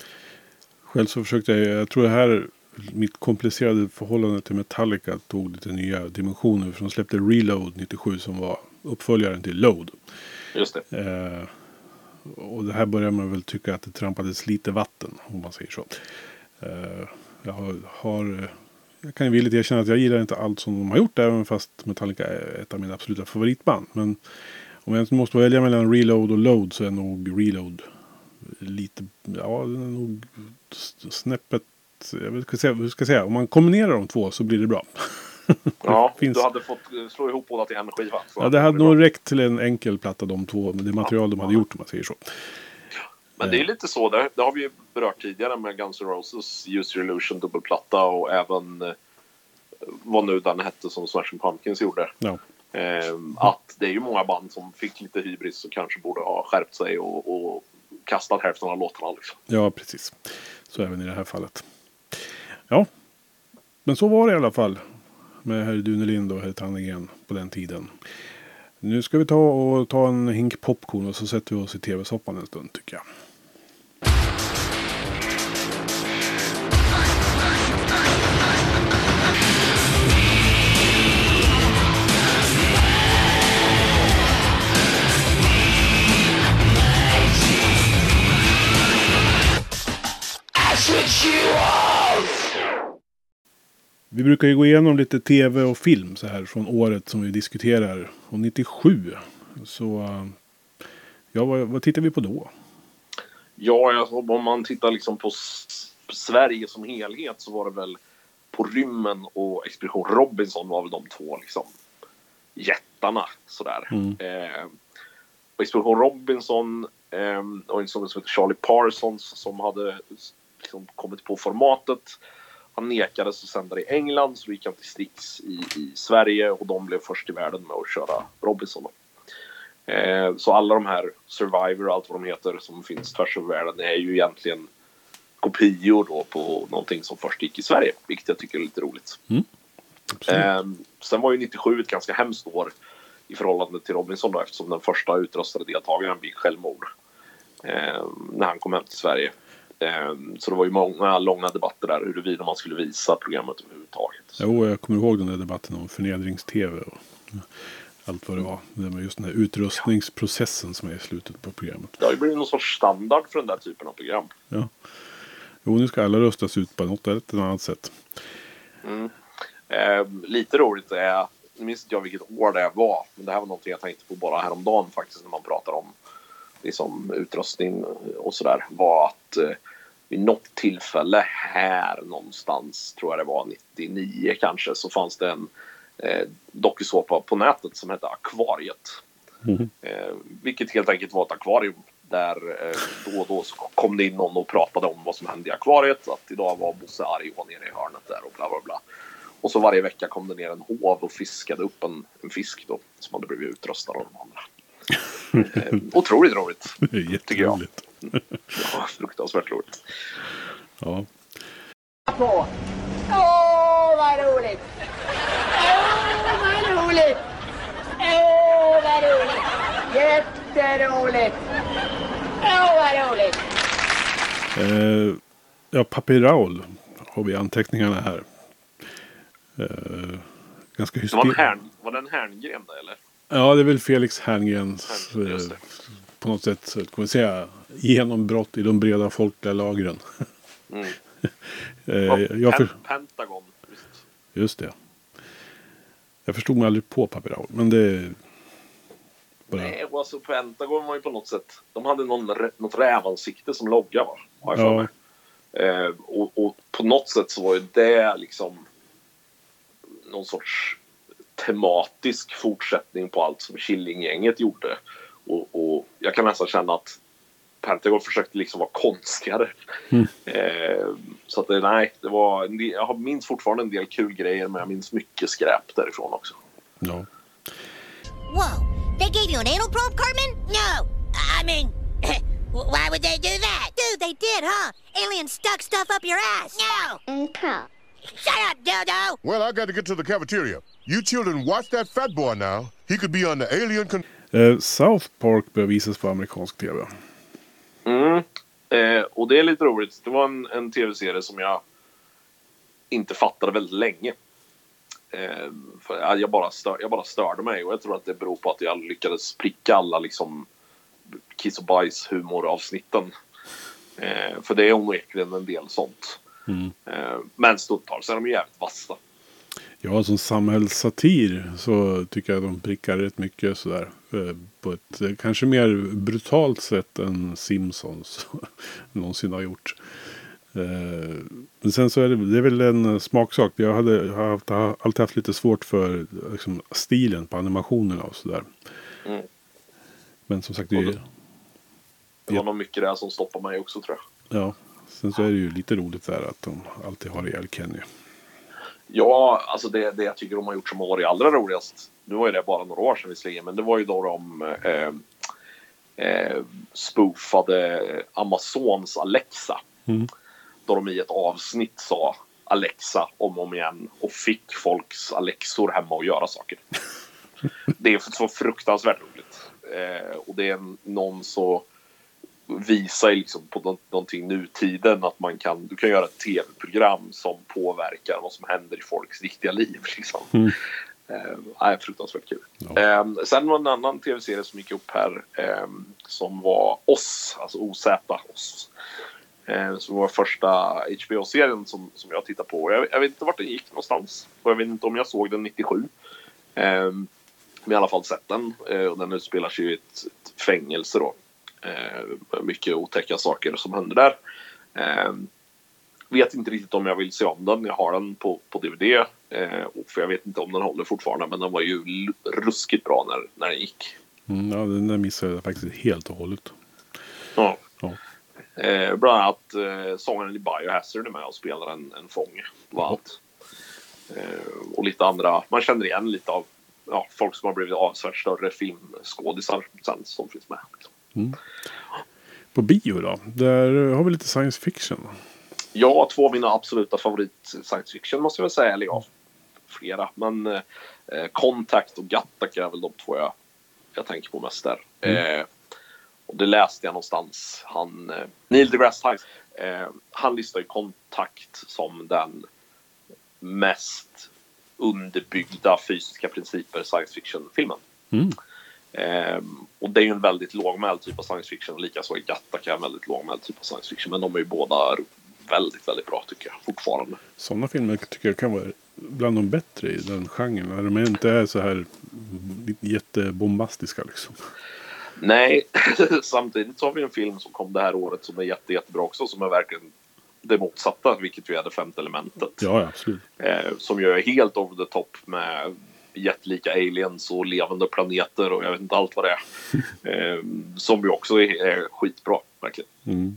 Speaker 9: Själv så försökte jag, jag tror det här mitt komplicerade förhållande till Metallica tog lite nya dimensioner för de släppte Reload nittiosju som var uppföljaren till Load.
Speaker 10: Just det.
Speaker 9: Eh, och det här börjar man väl tycka att det trampades lite vatten om man säger så. Eh, jag har, har Jag kan ju villigt erkänna att jag gillar inte allt som de har gjort, även fast Metallica är ett av mina absoluta favoritband. Men om jag inte måste välja mellan Reload och Load så är nog Reload lite, ja, den är nog snäppet, jag vet inte hur ska jag säga, om man kombinerar de två så blir det bra.
Speaker 10: Ja, finns... du hade fått slå ihop båda till en skiva.
Speaker 9: Ja, det hade nog räckt till en enkel platta de två, med det material ja, de hade ja. gjort om man säger så.
Speaker 10: Men det är lite så, det, det har vi ju berört tidigare med Guns N' Roses Use Your Illusion dubbelplatta och även eh, vad nu den hette som Smashing Pumpkins gjorde. Ja. Eh, att det är ju många band som fick lite hybris och kanske borde ha skärpt sig och, och kastat hälften av låtarna. Liksom.
Speaker 9: Ja, precis. Så även i det här fallet. Ja, men så var det i alla fall. med herr Dunelind och herr Tannegren på den tiden. Nu ska vi ta och ta en hink popcorn och så sätter vi oss i tv-soppan en stund tycker jag. Vi brukar ju gå igenom lite tv och film så här från året som vi diskuterar. Och nittiosju. Så ja, vad, vad tittar vi på då?
Speaker 10: Ja, alltså, om man tittar liksom på S- Sverige som helhet så var det väl På rymmen och Expedition Robinson var väl de två liksom jättarna sådär. Mm. Eh, och Expedition Robinson eh, och en som heter Charlie Parsons som hade liksom kommit på formatet. Han nekades att sända det i England så då gick han till Strix i, i Sverige och de blev först i världen med att köra Robinson. Eh, så alla de här Survivor och allt vad de heter som finns tvärs över världen är ju egentligen kopior då på någonting som först gick i Sverige, vilket jag tycker är lite roligt. Mm. Eh, sen var ju nittiosju ett ganska hemskt år i förhållande till Robinson då, eftersom den första utröstade deltagaren begick självmord eh, när han kom hem till Sverige. Så det var ju många långa debatter där huruvida man skulle visa programmet överhuvudtaget.
Speaker 9: Jo, jag kommer ihåg den där debatten om förnedrings-tv och allt vad det var. Det var just den här utrustningsprocessen som är i slutet på programmet.
Speaker 10: Det har ju blivit någon sorts standard för den där typen av program.
Speaker 9: Ja. Jo, nu ska alla röstas ut på något eller ett annat sätt.
Speaker 10: Mm. Eh, lite roligt är, nu minns inte jag vilket år det var, men det här var någonting jag tänkte på bara häromdagen faktiskt när man pratar om liksom utrustning och sådär, var att eh, vid något tillfälle här någonstans, tror jag det var nittionio kanske, så fanns det en eh, dokusåpa på nätet som hette Akvariet. Mm. Eh, vilket helt enkelt var ett akvarium där eh, då och då så kom det in någon och pratade om vad som hände i akvariet, att idag var Bosse arg och var nere i hörnet där och bla bla bla. Och så varje vecka kom det ner en hov och fiskade upp en, en fisk då som hade blivit utrustad av de andra. Eh, otroligt roligt, tycker jag. Ja, fruktansvärt roligt.
Speaker 9: Ja.
Speaker 6: Åh, oh, vad roligt! Åh, oh, vad roligt! Åh, oh, vad roligt! Jätteroligt! Åh, oh, vad roligt!
Speaker 9: Eh, ja, Papi Raul har vi anteckningarna här. Eh, ganska hysteriskt.
Speaker 10: Var, var det en Herngren då, eller?
Speaker 9: Ja, det är väl Felix Herngrens eh, på något sätt, kan vi säga, genombrott i de breda folkliga lagren.
Speaker 10: Mm.
Speaker 9: eh, jag för...
Speaker 10: Pentagon. Just.
Speaker 9: just det. Jag förstod mig aldrig på Papi Raul, men det är bara...
Speaker 10: Nej, alltså Pentagon var ju på något sätt, de hade någon, något rävansikte som logga, va? Har jag för mig. Eh, och, och på något sätt så var ju det liksom någon sorts tematisk fortsättning på allt som Killinggänget gjorde. Och, och jag kan nästan känna att Pentagon försökte liksom vara konstigare. Mm. Eh, så att det, nej, det var en del, jag minns fortfarande en del kul grejer, men jag minns mycket skräp därifrån också.
Speaker 9: Ja.
Speaker 13: Whoa, they gave you an anal probe, Cartman? No, I mean, why would they do that? Dude, they did, huh? Aliens stuck stuff up your ass. No. Okay. Shut up, Dodo!
Speaker 14: Well, I got to get to the cafeteria. You children watch that fat boy now. He could be on the alien... Con-
Speaker 9: uh, South Park börjar visas på amerikansk tv.
Speaker 10: Mm. Eh, och det är lite roligt. Det var en, en tv-serie som jag inte fattade väldigt länge. Eh, för jag, bara stör, jag bara störde mig. Och jag tror att det beror på att jag lyckades pricka alla liksom kiss och bajs humoravsnitten. Eh, för det är onekligen en del sånt. Mm. Men stundtals är de ju jävligt vassa.
Speaker 9: Ja, som samhällssatir så tycker jag att de prickar rätt mycket sådär. På ett kanske mer brutalt sätt än Simpsons någonsin har gjort. Men sen så är det, det är väl en smaksak. Jag hade jag har haft, har alltid haft lite svårt för liksom, stilen på animationerna och sådär. Mm. Men som sagt det,
Speaker 10: det, det var nog mycket där som stoppar mig också, tror jag.
Speaker 9: Ja. Sen så är det ju lite roligt där att de alltid har ihjäl Kenny.
Speaker 10: Ja, alltså det, det jag tycker de har gjort som har varit allra roligast. Nu var ju det bara några år sedan visserligen, men det var ju då de eh, eh, spoofade Amazons Alexa. Mm. Då de i ett avsnitt sa Alexa om och om igen och fick folks Alexor hemma och göra saker. Det är så fruktansvärt roligt. Eh, och det är någon så visar liksom på någonting nutiden att man kan, du kan göra ett tv-program som påverkar vad som händer i folks riktiga liv liksom. Mm. Eh, är fruktansvärt kul. Ja. Eh, sen var en annan tv-serie som gick upp här eh, som var Oss, alltså O Z Oss. Eh, som var första H B O-serien som, som jag tittade på. Jag, jag vet inte vart den gick någonstans. Och jag vet inte om jag såg den nittiosju. Eh, men i alla fall sett den. Eh, och den utspelar sig i ett, ett fängelse då. Eh, mycket otäcka saker som händer där. Eh, vet inte riktigt om jag vill se om den. Jag har den på, på D V D. Eh, för jag vet inte om den håller fortfarande. Men den var ju ruskigt bra när, när den gick.
Speaker 9: Mm, ja, den där missade jag faktiskt helt och hållet.
Speaker 10: Ja.
Speaker 9: Ja.
Speaker 10: Eh, bland annat eh, sångaren i Biohazard är med och spelar en, en fånge. Ja. Eh, och lite andra. Man känner igen lite av ja, folk som har blivit avsevärt större filmskådisar sen som finns med. Liksom.
Speaker 9: Mm. På bio då? Där har vi lite science fiction.
Speaker 10: Ja, två av mina absoluta favorit science fiction måste jag väl säga. Eller ja, flera. Men eh, Contact och Gattaca är väl de två jag, jag tänker på mest där. Mm. Eh, och det läste jag någonstans. Han, eh, Neil deGrasse Tyson, eh, han listar ju Kontakt som den mest underbyggda fysiska principer science fiction-filmen. Mm. Eh, och det är ju en väldigt lågmäld typ av science fiction. Likaså i Gattaca en väldigt lågmäld typ av science fiction. Men de är ju båda väldigt, väldigt bra tycker jag fortfarande.
Speaker 9: Sådana filmer tycker jag kan vara bland de bättre i den genren. När de inte är så här jättebombastiska liksom.
Speaker 10: Nej, samtidigt så har vi en film som kom det här året som är jätte, jättebra också. Som är verkligen det motsatta, vilket vi hade Femte elementet.
Speaker 9: Ja, absolut.
Speaker 10: Eh, som ju är helt over the top med jättelika aliens och levande planeter och jag vet inte allt vad det är. eh, som ju också är, är skitbra, verkligen.
Speaker 9: Mm.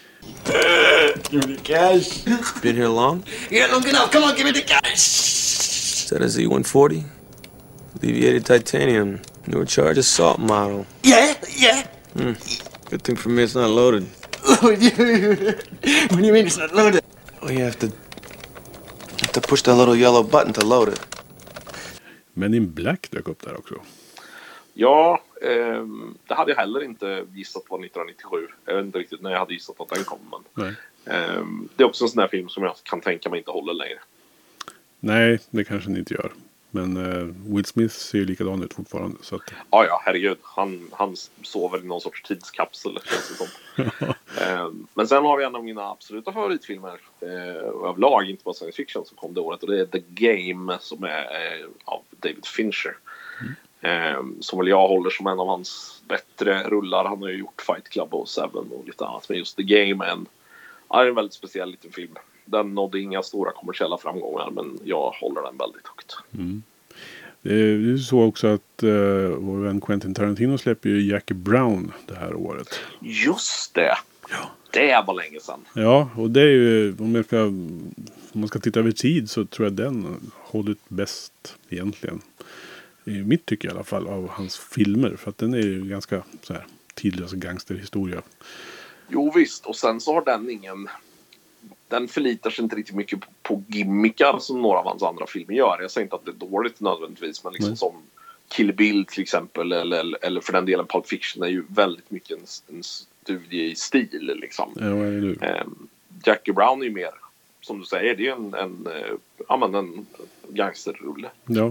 Speaker 15: Give me the cash.
Speaker 16: Been here long?
Speaker 15: Yeah, long enough. Come on, give me the cash.
Speaker 16: Is that a Z one forty? Alleviated titanium. Newer charge assault model.
Speaker 15: Yeah, yeah.
Speaker 16: Hmm. Good thing for me it's not loaded.
Speaker 15: What do you mean it's not loaded?
Speaker 16: Well, you have to, you have to push the little yellow button to load it.
Speaker 9: Men in Black dök upp där också.
Speaker 10: Ja, eh, det hade jag heller inte gissat var nittonhundranittiosju. Jag vet inte riktigt när jag hade gissat att den kom. Men, eh, det är också en sån här film som jag kan tänka mig inte håller längre.
Speaker 9: Nej, det kanske ni inte gör. Men eh, Will Smith ser ju likadan ut fortfarande. Så att...
Speaker 10: Ja, ja, herregud. Han, han sover i någon sorts tidskapsel, känns det som. eh, men sen har vi en av mina absoluta favoritfilmer. Eh, överlag, inte bara science fiction, som kom det året. Och det är The Game, som är eh, av David Fincher. Mm. Eh, som väl jag håller som en av hans bättre rullar. Han har ju gjort Fight Club och Seven och lite annat. Men just The Game är en, är en väldigt speciell liten film. Den nådde inga stora kommersiella framgångar, men jag håller den väldigt högt.
Speaker 9: Mm. Det är ju så också att uh, vår vän Quentin Tarantino släpper ju Jackie Brown det här året.
Speaker 10: Just det! Ja. Det var länge sedan.
Speaker 9: Ja, och det är ju, om, jag ska, om man ska titta över tid så tror jag den hållit bäst egentligen. I mitt tycke i alla fall av hans filmer. För att den är ju ganska så här tidlös gangsterhistoria.
Speaker 10: Jo visst, och sen så har den ingen... Den förlitar sig inte riktigt mycket på, på gimmickar som några av hans andra filmer gör. Jag säger inte att det är dåligt nödvändigtvis, men liksom Nej. som Kill Bill till exempel, eller, eller för den delen Pulp Fiction är ju väldigt mycket en, en studie i stil liksom.
Speaker 9: Ja, vad är det?
Speaker 10: Um, Jackie Brown är ju mer, som du säger, det är en, en, en, en, en gangsterrulle.
Speaker 9: Ja.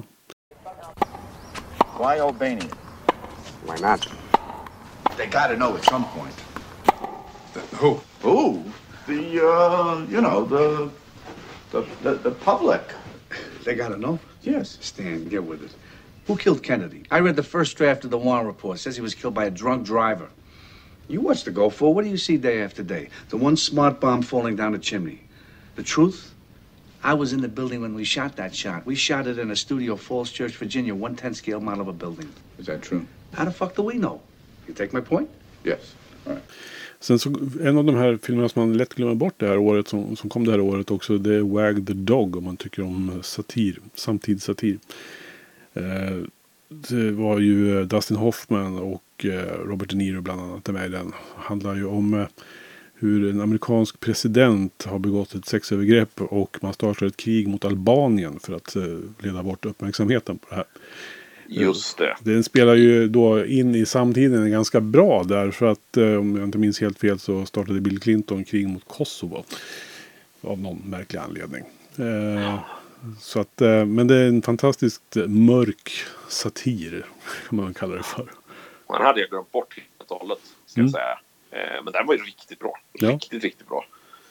Speaker 17: Why Albania?
Speaker 18: Why not?
Speaker 17: They gotta know at some point.
Speaker 18: The, who?
Speaker 17: Who? The, uh, you know, the, the, the, the public.
Speaker 18: They gotta know?
Speaker 17: Yes.
Speaker 18: Stan, get with it.
Speaker 17: Who killed Kennedy?
Speaker 18: I read the first draft of the Warren report. It says he was killed by a drunk driver.
Speaker 17: You watch the Go For. What do you see day after day?
Speaker 18: The one smart bomb falling down a chimney. The truth? I was in the building when we shot that shot. We shot it in a studio, Falls Church, Virginia, one ten scale model of a building.
Speaker 17: Is that true?
Speaker 18: How the fuck do we know? You take my point?
Speaker 17: Yes. All right.
Speaker 9: Sen så, en av de här filmerna som man lätt glömmer bort det här året, som, som kom det här året också, det är Wag the Dog, om man tycker om satir, samtidssatir. Eh, det var ju Dustin Hoffman och eh, Robert De Niro bland annat med i den. Handlar ju om eh, hur en amerikansk president har begått ett sexövergrepp och man startar ett krig mot Albanien för att eh, leda bort uppmärksamheten på det här.
Speaker 10: Just det.
Speaker 9: Den spelar ju då in i samtiden ganska bra där, för att eh, om jag inte minns helt fel så startade Bill Clinton krig mot Kosovo av någon märklig anledning. Eh, så att, eh, men det är en fantastiskt mörk satir kan man kalla det för.
Speaker 10: Man hade jag glömt bort helt och hållet, ska
Speaker 9: Mm.
Speaker 10: jag säga. Eh, men den var ju riktigt bra.
Speaker 9: Ja.
Speaker 10: Riktigt, riktigt bra.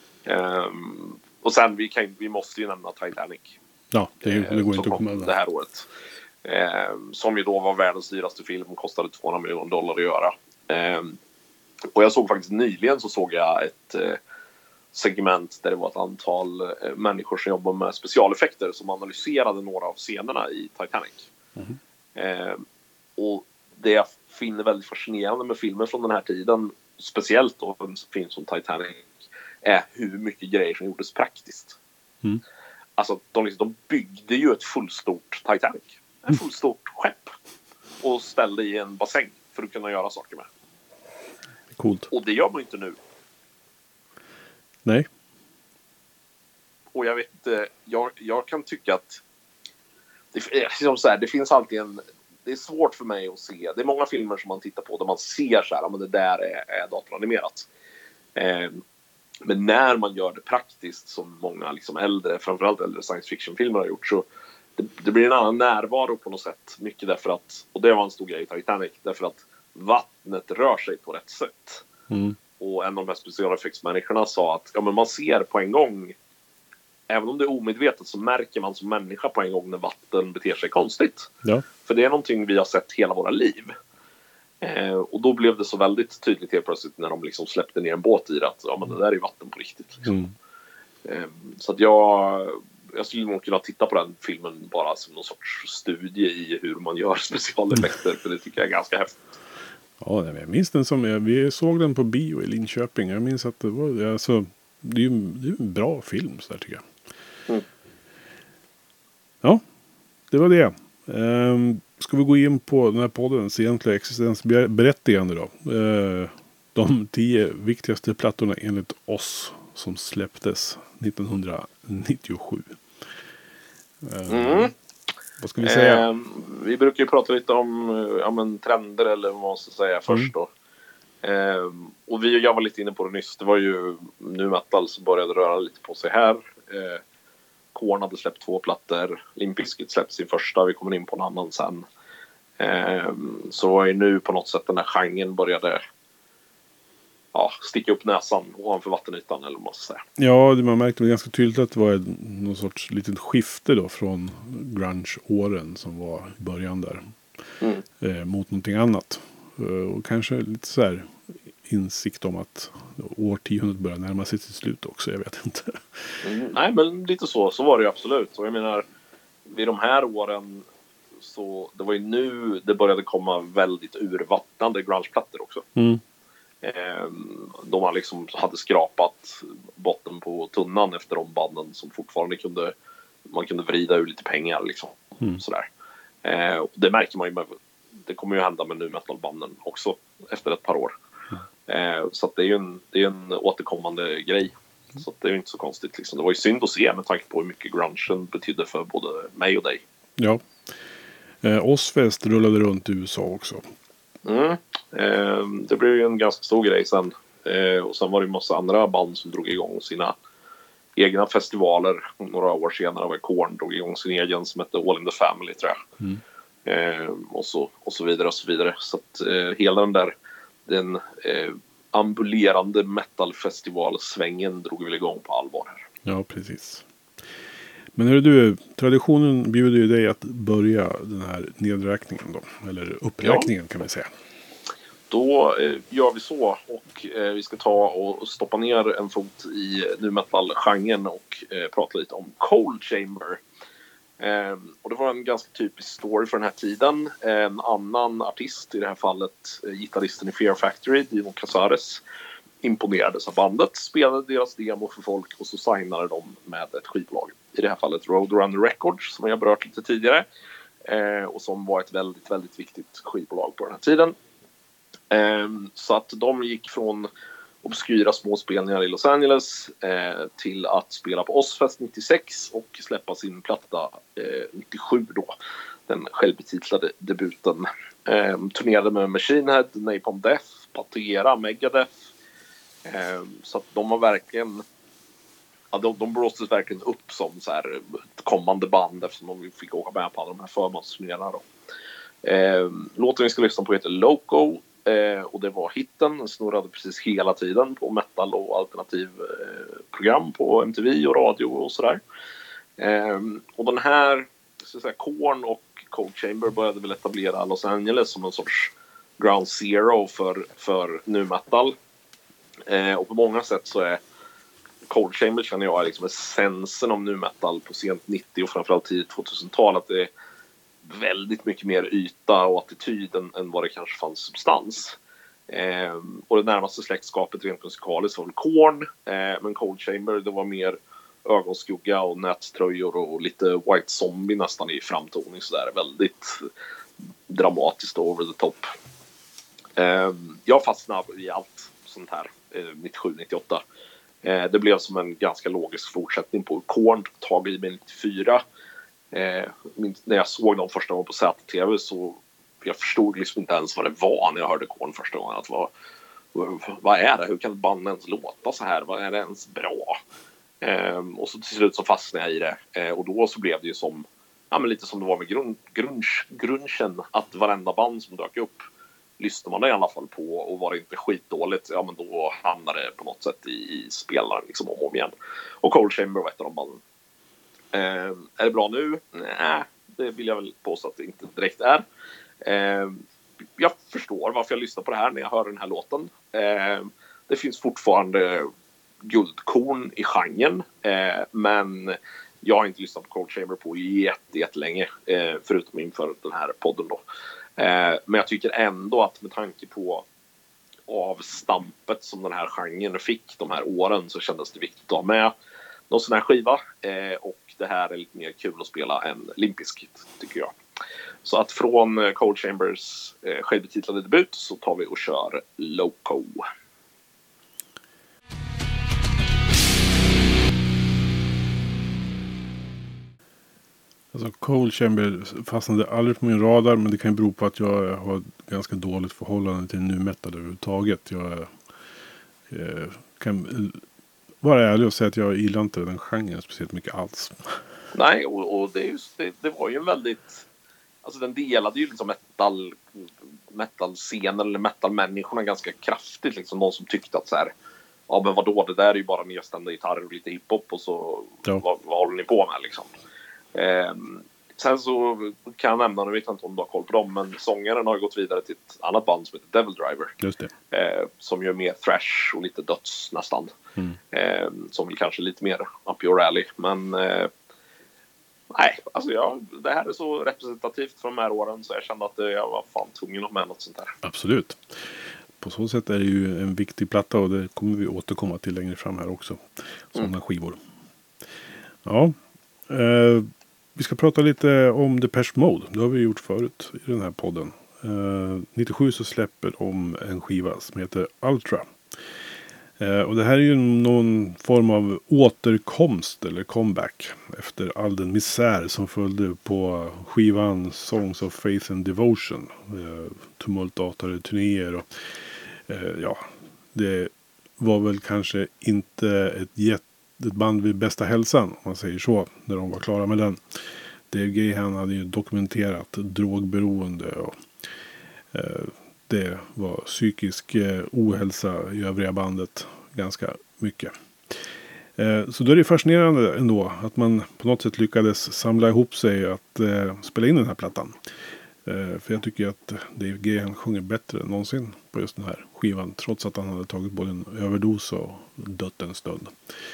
Speaker 10: Um, och sen, vi, kan, vi måste ju nämna Titanic.
Speaker 9: Ja, det, är, det går
Speaker 10: eh,
Speaker 9: inte att komma
Speaker 10: det
Speaker 9: undan.
Speaker 10: här året. Eh, som ju då var världens dyraste film och kostade tvåhundra miljoner dollar att göra. Eh, och jag såg faktiskt nyligen så såg jag ett eh, segment där det var ett antal eh, människor som jobbar med specialeffekter som analyserade några av scenerna i Titanic.
Speaker 9: Mm.
Speaker 10: Eh, och det jag finner väldigt fascinerande med filmer från den här tiden, speciellt då en film som Titanic, är hur mycket grejer som gjordes praktiskt.
Speaker 9: Mm.
Speaker 10: Alltså de, liksom, de byggde ju ett fullstort Titanic. Ett fullstort skepp. Och ställde i en bassäng för att kunna göra saker med.
Speaker 9: Coolt.
Speaker 10: Och det gör man inte nu.
Speaker 9: Nej.
Speaker 10: Och jag vet inte, jag, jag kan tycka att det, liksom så här, det finns alltid en, det är svårt för mig att se. Det är många filmer som man tittar på där man ser så här, men det där är, är datoranimerat. Eh, men när man gör det praktiskt, som många liksom äldre, framförallt äldre science fiction-filmer har gjort, så det, det blir en annan närvaro på något sätt. Mycket därför att, och det var en stor grej i Titanic, därför att vattnet rör sig på rätt sätt.
Speaker 9: Mm.
Speaker 10: Och en av de här specialeffektsmänniskorna sa att ja, men man ser på en gång, även om det är omedvetet, så märker man som människa på en gång när vatten beter sig konstigt.
Speaker 9: Ja.
Speaker 10: För det är någonting vi har sett hela våra liv. Eh, och då blev det så väldigt tydligt helt plötsligt när de liksom släppte ner en båt i det, att ja, men det där är vatten på riktigt. Liksom.
Speaker 9: Mm.
Speaker 10: Eh, så att jag, jag skulle nog kunna titta på den filmen bara som någon sorts studie i hur man gör specialeffekter, för det tycker jag är ganska häftigt.
Speaker 9: Ja, jag minns den som jag, vi såg den på bio i Linköping. Jag minns att det var, alltså, det är ju det är en bra film så där, tycker jag.
Speaker 10: Mm.
Speaker 9: Ja, det var det. Ehm, ska vi gå in på den här poddens egentliga existensberättigande då. Ehm, de tio viktigaste plattorna enligt oss som släpptes nittonhundranittiosju. Ehm,
Speaker 10: Mm.
Speaker 9: Vad ska vi säga?
Speaker 10: Eh, vi brukar ju prata lite om ja, men, trender eller vad man ska säga först då. Eh, och vi, jag var lite inne på det nyss. Det var ju nu metal som började röra lite på sig här. Eh, Korn hade släppt två plattor. Limp Bizkit släppte sin första. Vi kommer in på en annan sen. Eh, så var ju nu på något sätt den här genren började ja, sticka upp näsan ovanför vattenytan, eller vad man ska säga.
Speaker 9: Ja, man märkte ganska tydligt att det var ett, någon sorts litet skifte då från grunge-åren som var i början där.
Speaker 10: Mm.
Speaker 9: Eh, mot någonting annat. Eh, och kanske lite så här insikt om att årtiondet börjar närma sig till slut också, jag vet inte.
Speaker 10: Mm, nej, men lite så, så var det ju absolut. Och jag menar, vid de här åren så, det var ju nu det började komma väldigt urvattnande grunge-plattor också.
Speaker 9: Mm.
Speaker 10: De man liksom hade skrapat botten på tunnan efter de banden som fortfarande kunde, man kunde vrida ur lite pengar liksom.
Speaker 9: Mm.
Speaker 10: Sådär. Eh, och det märker man ju med, det kommer ju hända med nu metalbanden också efter ett par år. Mm. Eh, så att det är ju en, det är en återkommande grej. Så att det är ju inte så konstigt liksom. Det var ju synd att se med tanke på hur mycket grungen betydde för både mig och dig.
Speaker 9: Ja. Eh, Ozfest rullade runt i U S A också.
Speaker 10: Mm. Eh, det blev ju en ganska stor grej sen. Eh, och sen var det en massa andra band som drog igång sina egna festivaler. Några år senare var Korn drog igång sin egen som hette All in the Family, tror jag.
Speaker 9: Mm.
Speaker 10: Eh, och, så, och så vidare och så vidare. Så att eh, hela den där den eh, ambulerande metalfestivalsvängen drog väl igång på allvar här.
Speaker 9: Ja, precis. Men hur du, traditionen bjuder ju dig att börja den här nedräkningen då. Eller uppräkningen, ja, kan vi säga.
Speaker 10: Då eh, gör vi så, och eh, vi ska ta och stoppa ner en fot i nu metal-genren och eh, prata lite om Cold Chamber. Eh, och det var en ganska typisk story för den här tiden. En annan artist, i det här fallet eh, gitarristen i Fear Factory, Dino Casares, imponerades av bandet, spelade deras demo för folk och så signade de med ett skivbolag. I det här fallet Roadrunner Records, som jag berört lite tidigare. Eh, och som var ett väldigt, väldigt viktigt skivbolag på den här tiden. Eh, så att de gick från obskyra småspelningar i Los Angeles eh, till att spela på Ozzfest nittiosex och släppa sin platta eh, nittiosju då, den självbetitlade debuten. Eh, turnerade med Machine Head, Napalm Death, Pantera, Megadeth. Eh, så att de var verkligen, ja, de, de blåstes verkligen upp som så här ett kommande band eftersom de fick åka med på alla de här förmånsturnéerna då. Eh, låten vi ska lyssna på heter Loco. Eh, och det var hitten, den snurrade precis hela tiden på metal och alternativ eh, program på M T V och radio och sådär. Eh, och den här, så att säga, Korn och Cold Chamber började väl etablera Los Angeles som en sorts ground zero för, för nu metal. Eh, och på många sätt så är Cold Chamber, känner jag, är liksom essensen av nu metal på sent nittio och framförallt tidigt tvåtusental, att det är väldigt mycket mer yta och attityd än, än vad det kanske fanns substans. Eh, och det närmaste släktskapet rent musikaliskt var väl Korn, eh, men Cold Chamber, det var mer ögonskugga och nättröjor och lite White Zombie nästan i framtoning, sådär väldigt dramatiskt och over the top. Eh, jag fastnade i allt sånt här eh, nittiosju nittioåtta. Eh, det blev som en ganska logisk fortsättning på Korn, tag i mig nittiofyra. Eh, när jag såg dem första gången på Z T V så jag förstod liksom inte ens vad det var när jag hörde Korn första gången. Att vad, vad är det? Hur kan ett band ens låta så här? Vad är det ens bra? Eh, och så till slut så fastnade jag i det. Eh, och då så blev det ju som, ja, men lite som det var med grun, grunge, grungen, att varenda band som dök upp lyssnade man i alla fall på, och var det inte skitdåligt, ja men då hamnade det på något sätt i, i spelaren liksom om och om igen. Och Cold Chamber var ett av de banden. Eh, är det bra nu? Nej, det vill jag väl påstå att det inte direkt är. Eh, jag förstår varför jag lyssnar på det här när jag hör den här låten. Eh, det finns fortfarande guldkorn i genren, eh, men jag har inte lyssnat på Cold Chamber på jätte, jättelänge, eh, förutom inför den här podden då. Eh, men jag tycker ändå att med tanke på avstampet som den här genren fick de här åren, så kändes det viktigt att ha med någon sån här skiva, eh, och det här är lite mer kul att spela än Limp Bizkit, tycker jag. Så att från Cold Chambers eh, självbetitlade debut så tar vi och kör Loco.
Speaker 9: Alltså Cold Chamber fastnade aldrig på min radar, men det kan ju bero på att jag har ett ganska dåligt förhållande till nu metal överhuvudtaget. Jag eh, kan vara ärlig och säga att jag gillar inte den genren speciellt mycket alls.
Speaker 10: Nej, och, och det, är just, det, det var ju en väldigt, alltså den delade ju liksom metal metal-scenen eller metal-människorna ganska kraftigt, liksom någon som tyckte att så här, ja men vadå, det där är ju bara nedstämda gitarrer och lite hiphop och så ja. vad, vad håller ni på med liksom. Eh, sen så kan jag nämna, nu vet jag inte om du har koll på dem, men sångaren har gått vidare till ett annat band som heter Devil Driver.
Speaker 9: Just det.
Speaker 10: Eh, som gör mer thrash och lite döds nästan. Mm. Eh, som väl kanske lite mer up your rally, men eh, nej, alltså ja, det här är så representativt från de här åren så jag kände att jag var fan tvungen att med något sånt här.
Speaker 9: Absolut. På så sätt är det ju en viktig platta, och det kommer vi återkomma till längre fram här också. Sådana mm. skivor. Ja. Eh, vi ska prata lite om Depeche Mode. Det har vi gjort förut i den här podden. Eh, nittiosju så släpper de en skiva som heter Ultra. Eh, och det här är ju någon form av återkomst eller comeback efter all den misär som följde på skivan Songs of Faith and Devotion. Eh, tumultartade turnéer och eh, ja, det var väl kanske inte ett jätte ett band vid bästa hälsan, om man säger så, när de var klara med den. Dave Gahan hade ju dokumenterat drogberoende och eh, det var psykisk eh, ohälsa i övriga bandet ganska mycket. Eh, så då är det fascinerande ändå att man på något sätt lyckades samla ihop sig att eh, spela in den här plattan. Eh, för jag tycker att Dave Gahan sjunger bättre än någonsin på just den här skivan, trots att han hade tagit både en överdos och dött en stund.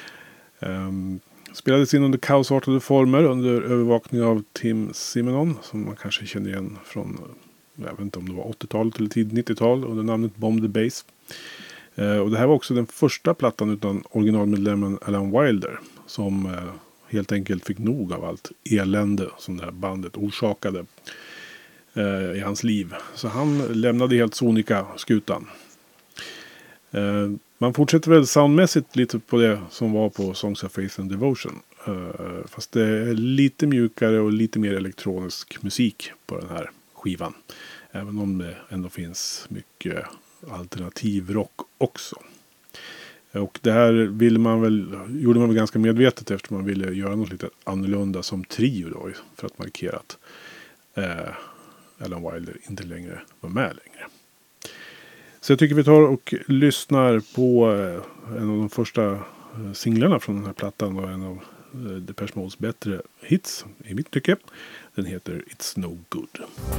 Speaker 9: Um, spelades in under kaosartade former under övervakning av Tim Simenon, som man kanske känner igen från, jag vet inte om det var åttiotalet eller tidigt nittiotal, under namnet Bomb the Bass. Uh, och det här var också den första plattan utan originalmedlemmen Alan Wilder, som uh, helt enkelt fick nog av allt elände som det här bandet orsakade uh, i hans liv. Så han lämnade helt sonika skutan. Uh, Man fortsätter väl soundmässigt lite på det som var på Songs of Faith and Devotion. Uh, fast det är lite mjukare och lite mer elektronisk musik på den här skivan. Även om det ändå finns mycket alternativ rock också. Och det här vill man väl, gjorde man väl ganska medvetet eftersom man ville göra något lite annorlunda som trio då, för att markera att eh, Alan Wilder inte längre var med längre. Så jag tycker vi tar och lyssnar på eh, en av de första eh, singlarna från den här plattan och en av eh, Depeche Modes bättre hits i mitt tycke. Den heter It's No Good.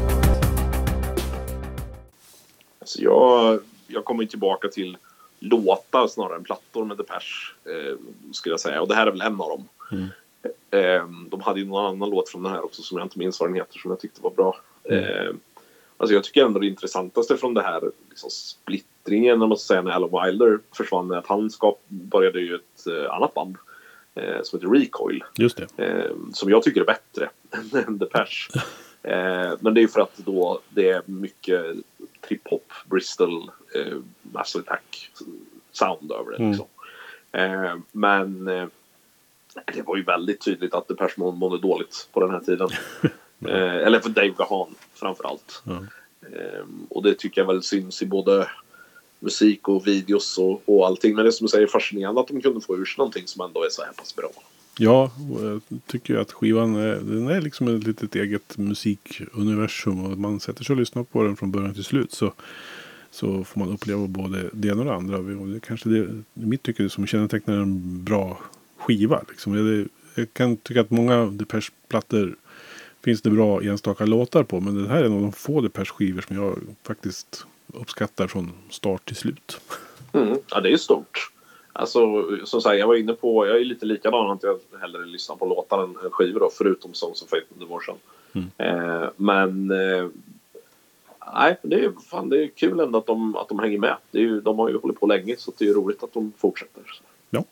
Speaker 10: Alltså jag, jag kommer tillbaka till låtar snarare än plattor med Depeche, eh, skulle jag säga. Och det här är väl en av dem. Mm. Eh, de hade ju någon annan låt från den här också som jag inte minns vad den heter, som jag tyckte var bra. Mm. Eh, alltså jag tycker ändå det intressantaste från det här liksom splittringen, när man ska säga, när Alan Wilder försvann, att han skap, började ju ett eh, annat band eh, som heter Recoil. Just det. Eh, som jag tycker är bättre än Depeche. Eh, men det är ju för att då det är mycket trip-hop, Bristol, eh, Massive Attack sound över det. Liksom. Mm. Eh, men eh, det var ju väldigt tydligt att Depeche Mode mådde dåligt på den här tiden. eh, eller för Dave Gahan framförallt. Mm. Eh, och det tycker jag väl syns i både musik och videos och, och allting. Men det som jag säger är fascinerande att de kunde få ur sig någonting som ändå är så här pass bra.
Speaker 9: Ja, jag tycker att skivan är, den är liksom ett litet eget musikuniversum och man sätter sig och lyssnar på den från början till slut så, så får man uppleva både det ena och det andra. Och det är kanske det, i mitt tycke, som kännetecknar en bra skiva. Liksom. Jag, jag kan tycka att många Depeche-plattor finns det bra enstaka låtar på, men det här är en av de få Depeche-skivor som jag faktiskt uppskattar från start till slut.
Speaker 10: Mm, ja, det är ju stort. Alltså, som sagt, jag var inne på, jag är lite likadan att jag hellre lyssnar på låtar än skivor då, förutom Songs of Faith and Devotion. Mm. Eh, men eh, nej, det är fan, det är kul ändå att de, att de hänger med. Det är ju, de har ju hållit på länge, så det är ju roligt att de fortsätter.
Speaker 9: Ja.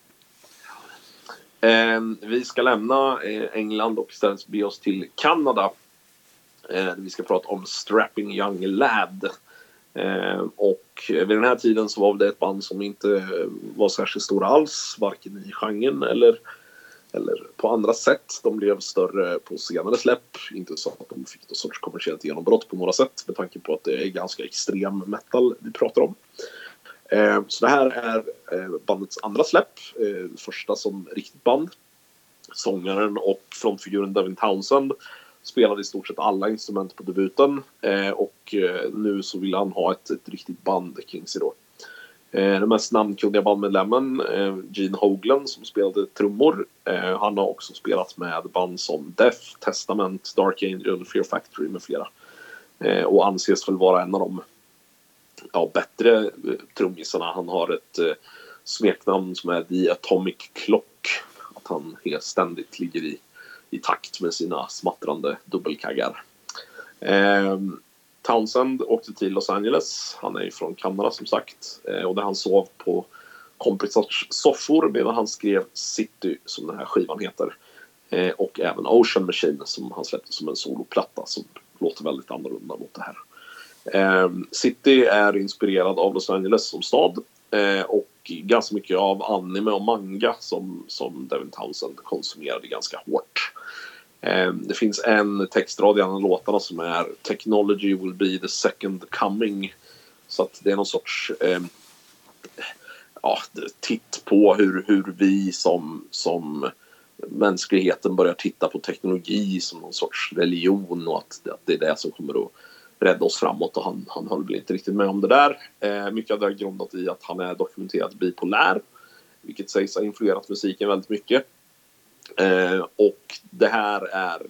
Speaker 10: Eh, vi ska lämna eh, England och istället be oss till Kanada. Eh, vi ska prata om Strapping Young Lad. Eh, och vid den här tiden så var det ett band som inte var särskilt stora alls, varken i genren eller, eller på andra sätt. De blev större på senare släpp, inte så att de fick någon sorts kommersiellt genombrott på några sätt, med tanke på att det är ganska extrem metal vi pratar om. Eh, så det här är eh, bandets andra släpp, eh, första som riktigt band. Sångaren och frontfiguren Devin Townsend spelade i stort sett alla instrument på debuten eh, och eh, nu så vill han ha ett, ett riktigt band kring sig då. Eh, den mest namnkunniga bandmedlemmen, eh, Gene Hoglan, som spelade trummor. Eh, han har också spelat med band som Death, Testament, Dark Angel, Fear Factory med flera. Eh, och anses väl vara en av de ja, bättre eh, trummisarna. Han har ett eh, smeknamn som är The Atomic Clock. Att han helt ständigt ligger i i takt med sina smattrande dubbelkaggar. Eh, Townsend åkte till Los Angeles. Han är ju från Kanada som sagt. Eh, och där han sov på kompisars soffor medan han skrev City, som den här skivan heter. Eh, och även Ocean Machine, som han släppte som en soloplatta, som låter väldigt annorlunda mot det här. Eh, City är inspirerad av Los Angeles som stad. Eh, och ganska mycket av anime och manga som, som Devin Townsend konsumerade ganska hårt. Eh, det finns en textrad i en av låtarna som är Technology will be the second coming. Så att det är någon sorts eh, ja, titt på hur, hur vi som, som mänskligheten börjar titta på teknologi som någon sorts religion, och att, att det är det som kommer att rädda oss framåt, och han, han höll väl inte riktigt med om det där. Eh, mycket av det är grundat i att han är dokumenterat bipolär, vilket sägs ha influerat musiken väldigt mycket. Eh, och det här är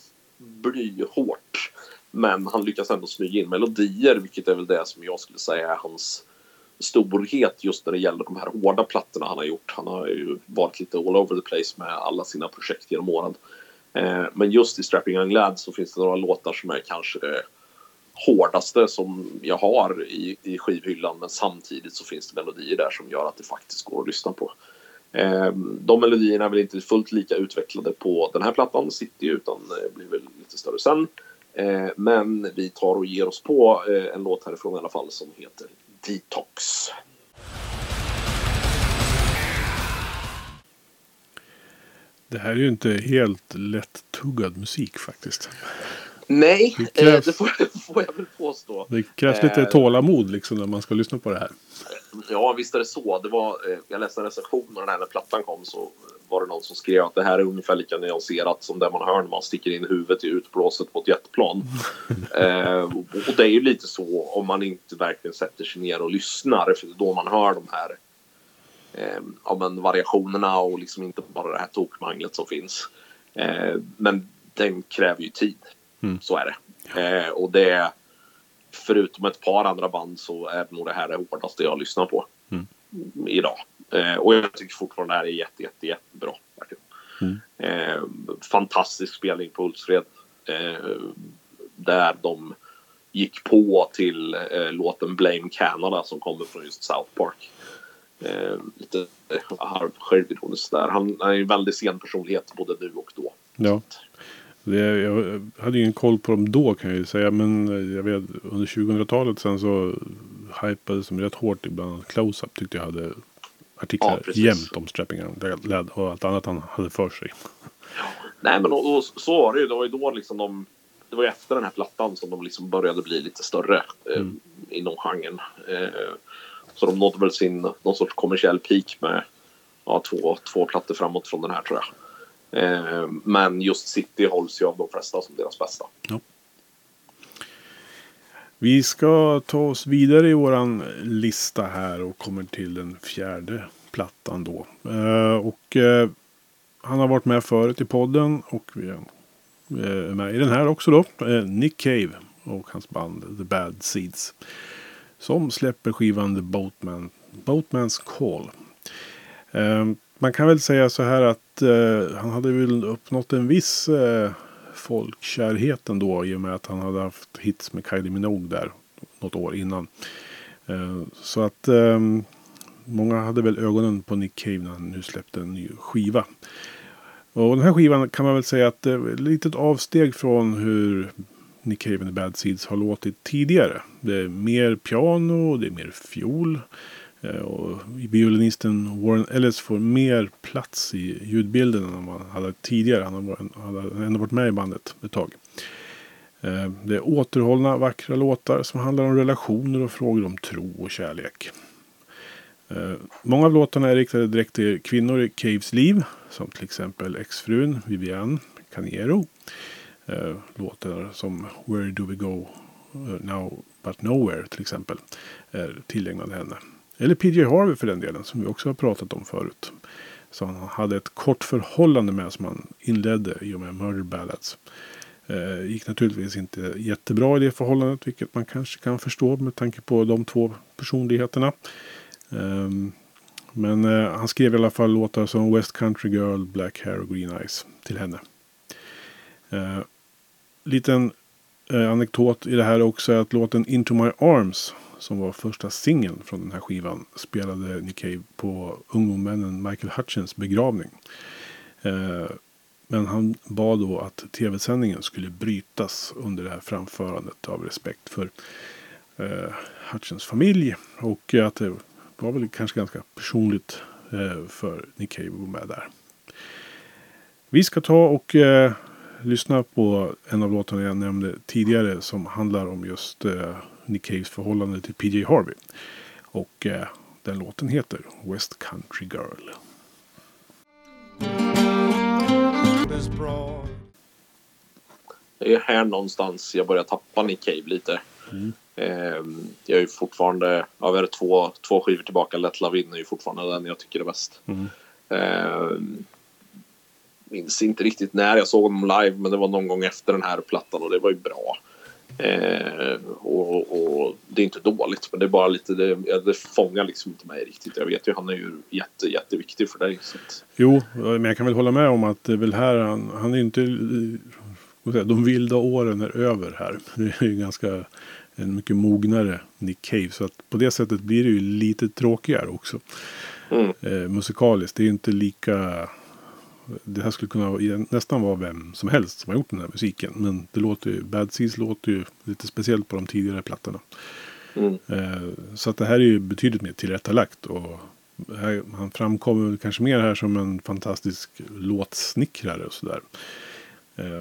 Speaker 10: blyhårt, men han lyckas ändå smyga in melodier, vilket är väl det som jag skulle säga är hans storhet just när det gäller de här hårda plattorna han har gjort. Han har ju varit lite all over the place med alla sina projekt genom åren. Eh, men just i Strapping Young Lad så finns det några låtar som är kanske det hårdaste som jag har i, i skivhyllan, men samtidigt så finns det melodier där som gör att det faktiskt går att lyssna på. Eh, de melodierna är väl inte fullt lika utvecklade på den här plattan City, utan eh, blir väl lite större sen. Eh, men vi tar och ger oss på eh, en låt härifrån i alla fall som heter Detox.
Speaker 9: Det här är ju inte helt lätt-tuggad musik faktiskt.
Speaker 10: Nej,
Speaker 9: det, krävs,
Speaker 10: eh, det får, får jag väl påstå.
Speaker 9: Det krävs lite eh, tålamod liksom när man ska lyssna på det här.
Speaker 10: Ja, visst är det så. Det var, eh, jag läste en recension när den här plattan kom, så var det någon som skrev att det här är ungefär lika nyanserat som det man hör när man sticker in huvudet i utblåset på ett jetplan. eh, och det är ju lite så om man inte verkligen sätter sig ner och lyssnar, för då man hör de här eh, ja, men variationerna och liksom inte bara det här tokmanglet som finns. Eh, men den kräver ju tid. Mm. Så är det. Eh, och det, förutom ett par andra band, så är nog det här det hårdaste jag lyssnar på mm. idag. Eh, och jag tycker fortfarande det här är jätte, jätte, jättebra. Mm. Eh, fantastisk spelning på Hultsfred. Eh, där de gick på till eh, låten Blame Canada som kommer från just South Park. Eh, lite eh, självironiskt där. Han, han är en väldigt sen personlighet både nu och då.
Speaker 9: Ja. Det, jag hade ju ingen koll på dem då kan jag ju säga, men jag vet under tjugohundratalet sen så hypades som rätt hårt, ibland Close-Up tyckte jag hade artiklar ja, jämt om Strapping Lad och allt annat han hade för sig.
Speaker 10: Nej, men och, och, så var det ju, det var ju då liksom de, det var ju efter den här plattan som de liksom började bli lite större eh, mm. inom genren. Eh, så de nådde väl sin någon sorts kommersiell peak med ja, två, två plattor framåt från den här tror jag. Eh, men just City hålls ju av de flesta som deras bästa. Ja.
Speaker 9: Vi ska ta oss vidare i våran lista här och kommer till den fjärde plattan då. Eh, och eh, han har varit med förut i podden och vi är med i den här också då. Eh, Nick Cave och hans band The Bad Seeds. Som släpper skivan The Boatman, Boatman's Call. Eh, man kan väl säga så här att eh, han hade väl uppnått en viss eh, folkkärhet ändå i och med att han hade haft hits med Kylie Minogue där något år innan. Eh, så att eh, många hade väl ögonen på Nick Cave när han nu släppte en ny skiva. Och den här skivan kan man väl säga att det är ett litet avsteg från hur Nick Cave and the Bad Seeds har låtit tidigare. Det är mer piano, det är mer fiol. Och violinisten Warren Ellis får mer plats i ljudbilden än man hade tidigare. Han hade ändå varit med i bandet ett tag. Det är återhållna, vackra låtar som handlar om relationer och frågor om tro och kärlek. Många av låtarna är riktade direkt till kvinnor i Caves liv, som till exempel exfrun Vivian Caniero. Låtar som Where Do We Go Now But Nowhere till exempel är tillägnade henne. Eller P J Harvey för den delen, som vi också har pratat om förut. Så han hade ett kort förhållande med som han inledde i och med Murder Ballads. Eh, gick naturligtvis inte jättebra i det förhållandet, vilket man kanske kan förstå med tanke på de två personligheterna. Eh, men eh, han skrev i alla fall låtar som West Country Girl, Black Hair och Green Eyes till henne. Eh, liten eh, anekdot i det här också är att låten Into My Arms, som var första singeln från den här skivan, spelade Nick Cave på ungdomsmännen Michael Hutchins begravning. Eh, men han bad då att tv-sändningen skulle brytas under det här framförandet av respekt för eh, Hutchins familj. Och att det var väl kanske ganska personligt eh, för Nick Cave att gå med där. Vi ska ta och eh, lyssna på en av låtarna jag nämnde tidigare som handlar om just eh, Nick Caves förhållande till P J Harvey. Och eh, den låten heter West Country Girl.
Speaker 10: Det är här någonstans jag börjar tappa Nick Cave lite. Mm. Eh, jag är ju fortfarande, ja, vi är två, två skivor tillbaka. Let Love In är ju fortfarande den jag tycker är bäst. Mm. Eh, minns inte riktigt när jag såg dem live, men det var någon gång efter den här plattan och det var ju bra. Eh, och, och det är inte dåligt, men det är bara lite det, det fångar liksom inte mig riktigt. Jag vet ju, han är ju jätte, jätteviktig för dig så att...
Speaker 9: Jo, men jag kan väl hålla med om att det är väl här han, han är inte, de vilda åren är över här. Det är ju ganska en mycket mognare Nick Cave, så att på det sättet blir det ju lite tråkigare också. Mm. Eh, musikaliskt, det är inte lika... Det här skulle kunna nästan vara vem som helst som har gjort den här musiken. Men det låter ju, Bad Seeds låter ju lite speciellt på de tidigare plattorna. Mm. Eh, så att det här är ju betydligt mer tillrättalagt. Och Han framkommer kanske mer här som en fantastisk låtsnickrare och sådär. Eh,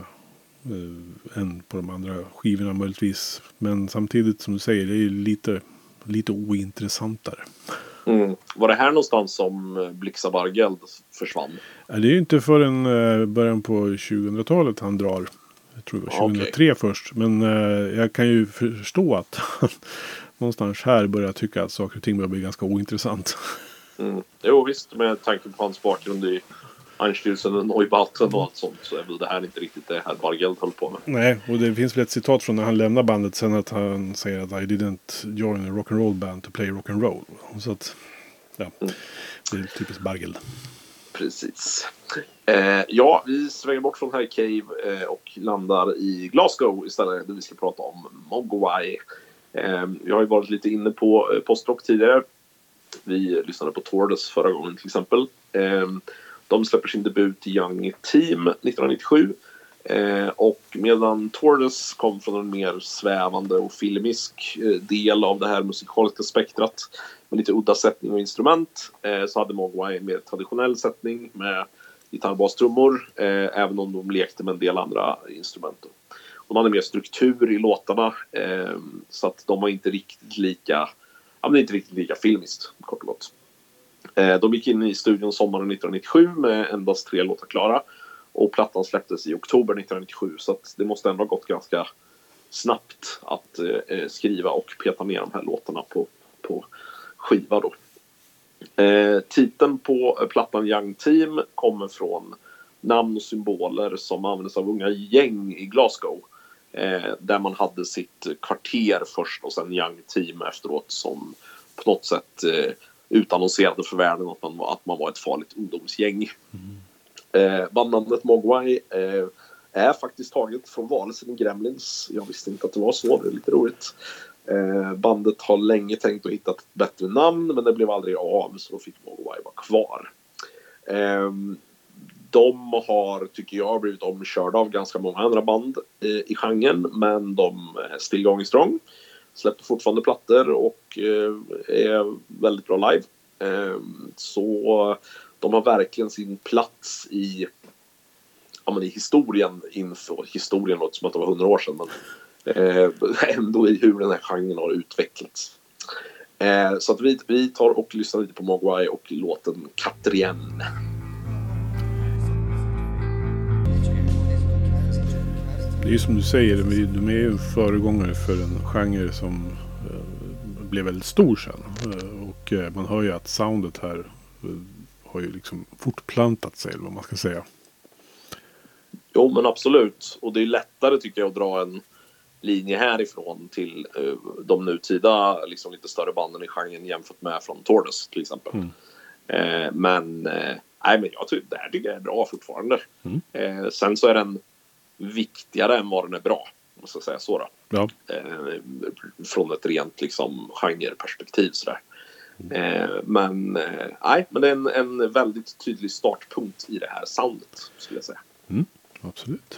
Speaker 9: eh, än på de andra skivorna möjligtvis. Men samtidigt som du säger, det är lite, lite ointressantare.
Speaker 10: Mm. Var det här någonstans som Blixa Bargeld försvann?
Speaker 9: Ja, det är ju inte förrän eh, början på tjugohundratalet han drar. Jag tror det var tjugohundratre okay. först. Men eh, jag kan ju förstå att han någonstans här börjar tycka att saker och ting börjar bli ganska ointressant.
Speaker 10: Mm. Jo visst, med tanke på hans bakgrund i Einstürzen och Neubauten och allt sånt, så är väl det här inte riktigt det här Bargeld höll på med.
Speaker 9: Nej, och det finns väl ett citat från när han lämnar bandet sen att han säger att I didn't join a rock'n'roll band to play rock'n'roll. Så att, ja, mm. det är typiskt Bargeld.
Speaker 10: Precis. Eh, ja, vi svänger bort från High Cave eh, och landar i Glasgow istället, där vi ska prata om Mogwai. Eh, vi har ju varit lite inne på eh, postrock tidigare. Vi lyssnade på Tordes förra gången till exempel. Eh, de släpper sin debut i Young Team nittonhundranittiosju. Eh, och medan Tordes kom från en mer svävande och filmisk eh, del av det här musikaliska spektrat med lite udda sättning och instrument, eh, så hade Mogwai en mer traditionell sättning med gitarr, bas, trummor, eh, även om de lekte med en del andra instrument. De hade mer struktur i låtarna, eh, så att de var inte riktigt lika, ja, men inte riktigt lika filmiskt, kort och gott. Eh, de gick in i studion sommaren nittonhundranittiosju med endast tre låtar klara. Och plattan släpptes i oktober nittonhundranittiosju, så att det måste ändå ha gått ganska snabbt att eh, skriva och peta ner de här låtarna på, på skiva då. Eh, titeln på plattan Young Team kommer från namn och symboler som användes av unga gäng i Glasgow. Eh, där man hade sitt kvarter först och sen Young Team efteråt, som på något sätt eh, utannonserade för världen att man, var, att man var ett farligt ungdomsgäng. Mm. Eh, bandnamnet Mogwai eh, är faktiskt taget från varelsen i Gremlins. Jag visste inte att det var så, det är lite roligt. Eh, bandet har länge tänkt att hitta ett bättre namn, men det blev aldrig av, så då fick Mogwai vara kvar. Eh, de har, tycker jag, blivit omkörda av ganska många andra band eh, i genren, men de är still going strong. Släpper fortfarande plattor och eh, är väldigt bra live. Eh, så de har verkligen sin plats i, ja, men i historien inför, historien låter som att det var hundra år sedan, men eh, ändå i hur den här genren har utvecklats. Eh, så att vi, vi tar och lyssnar lite på Mogwai och låten Katrien.
Speaker 9: Det är ju som du säger, de är ju en föregångare för en genre som eh, blev väldigt stor sen. Eh, och eh, man hör ju att soundet här eh, har ju liksom fortplantat sig, eller vad man ska säga.
Speaker 10: Jo, men absolut. Och det är lättare, tycker jag, att dra en linje härifrån till uh, de nutida liksom lite större banden i genren jämfört med från Tordes till exempel. Mm. Uh, men, uh, nej, men jag tycker det här tycker jag är bra fortfarande. Mm. Uh, sen så är den viktigare än vad den är bra, måste jag säga så då.
Speaker 9: Ja.
Speaker 10: Uh, från ett rent liksom genreperspektiv sådär. Eh, men eh, nej, men det är en, en väldigt tydlig startpunkt i det här soundet, skulle jag säga.
Speaker 9: Mm, absolut.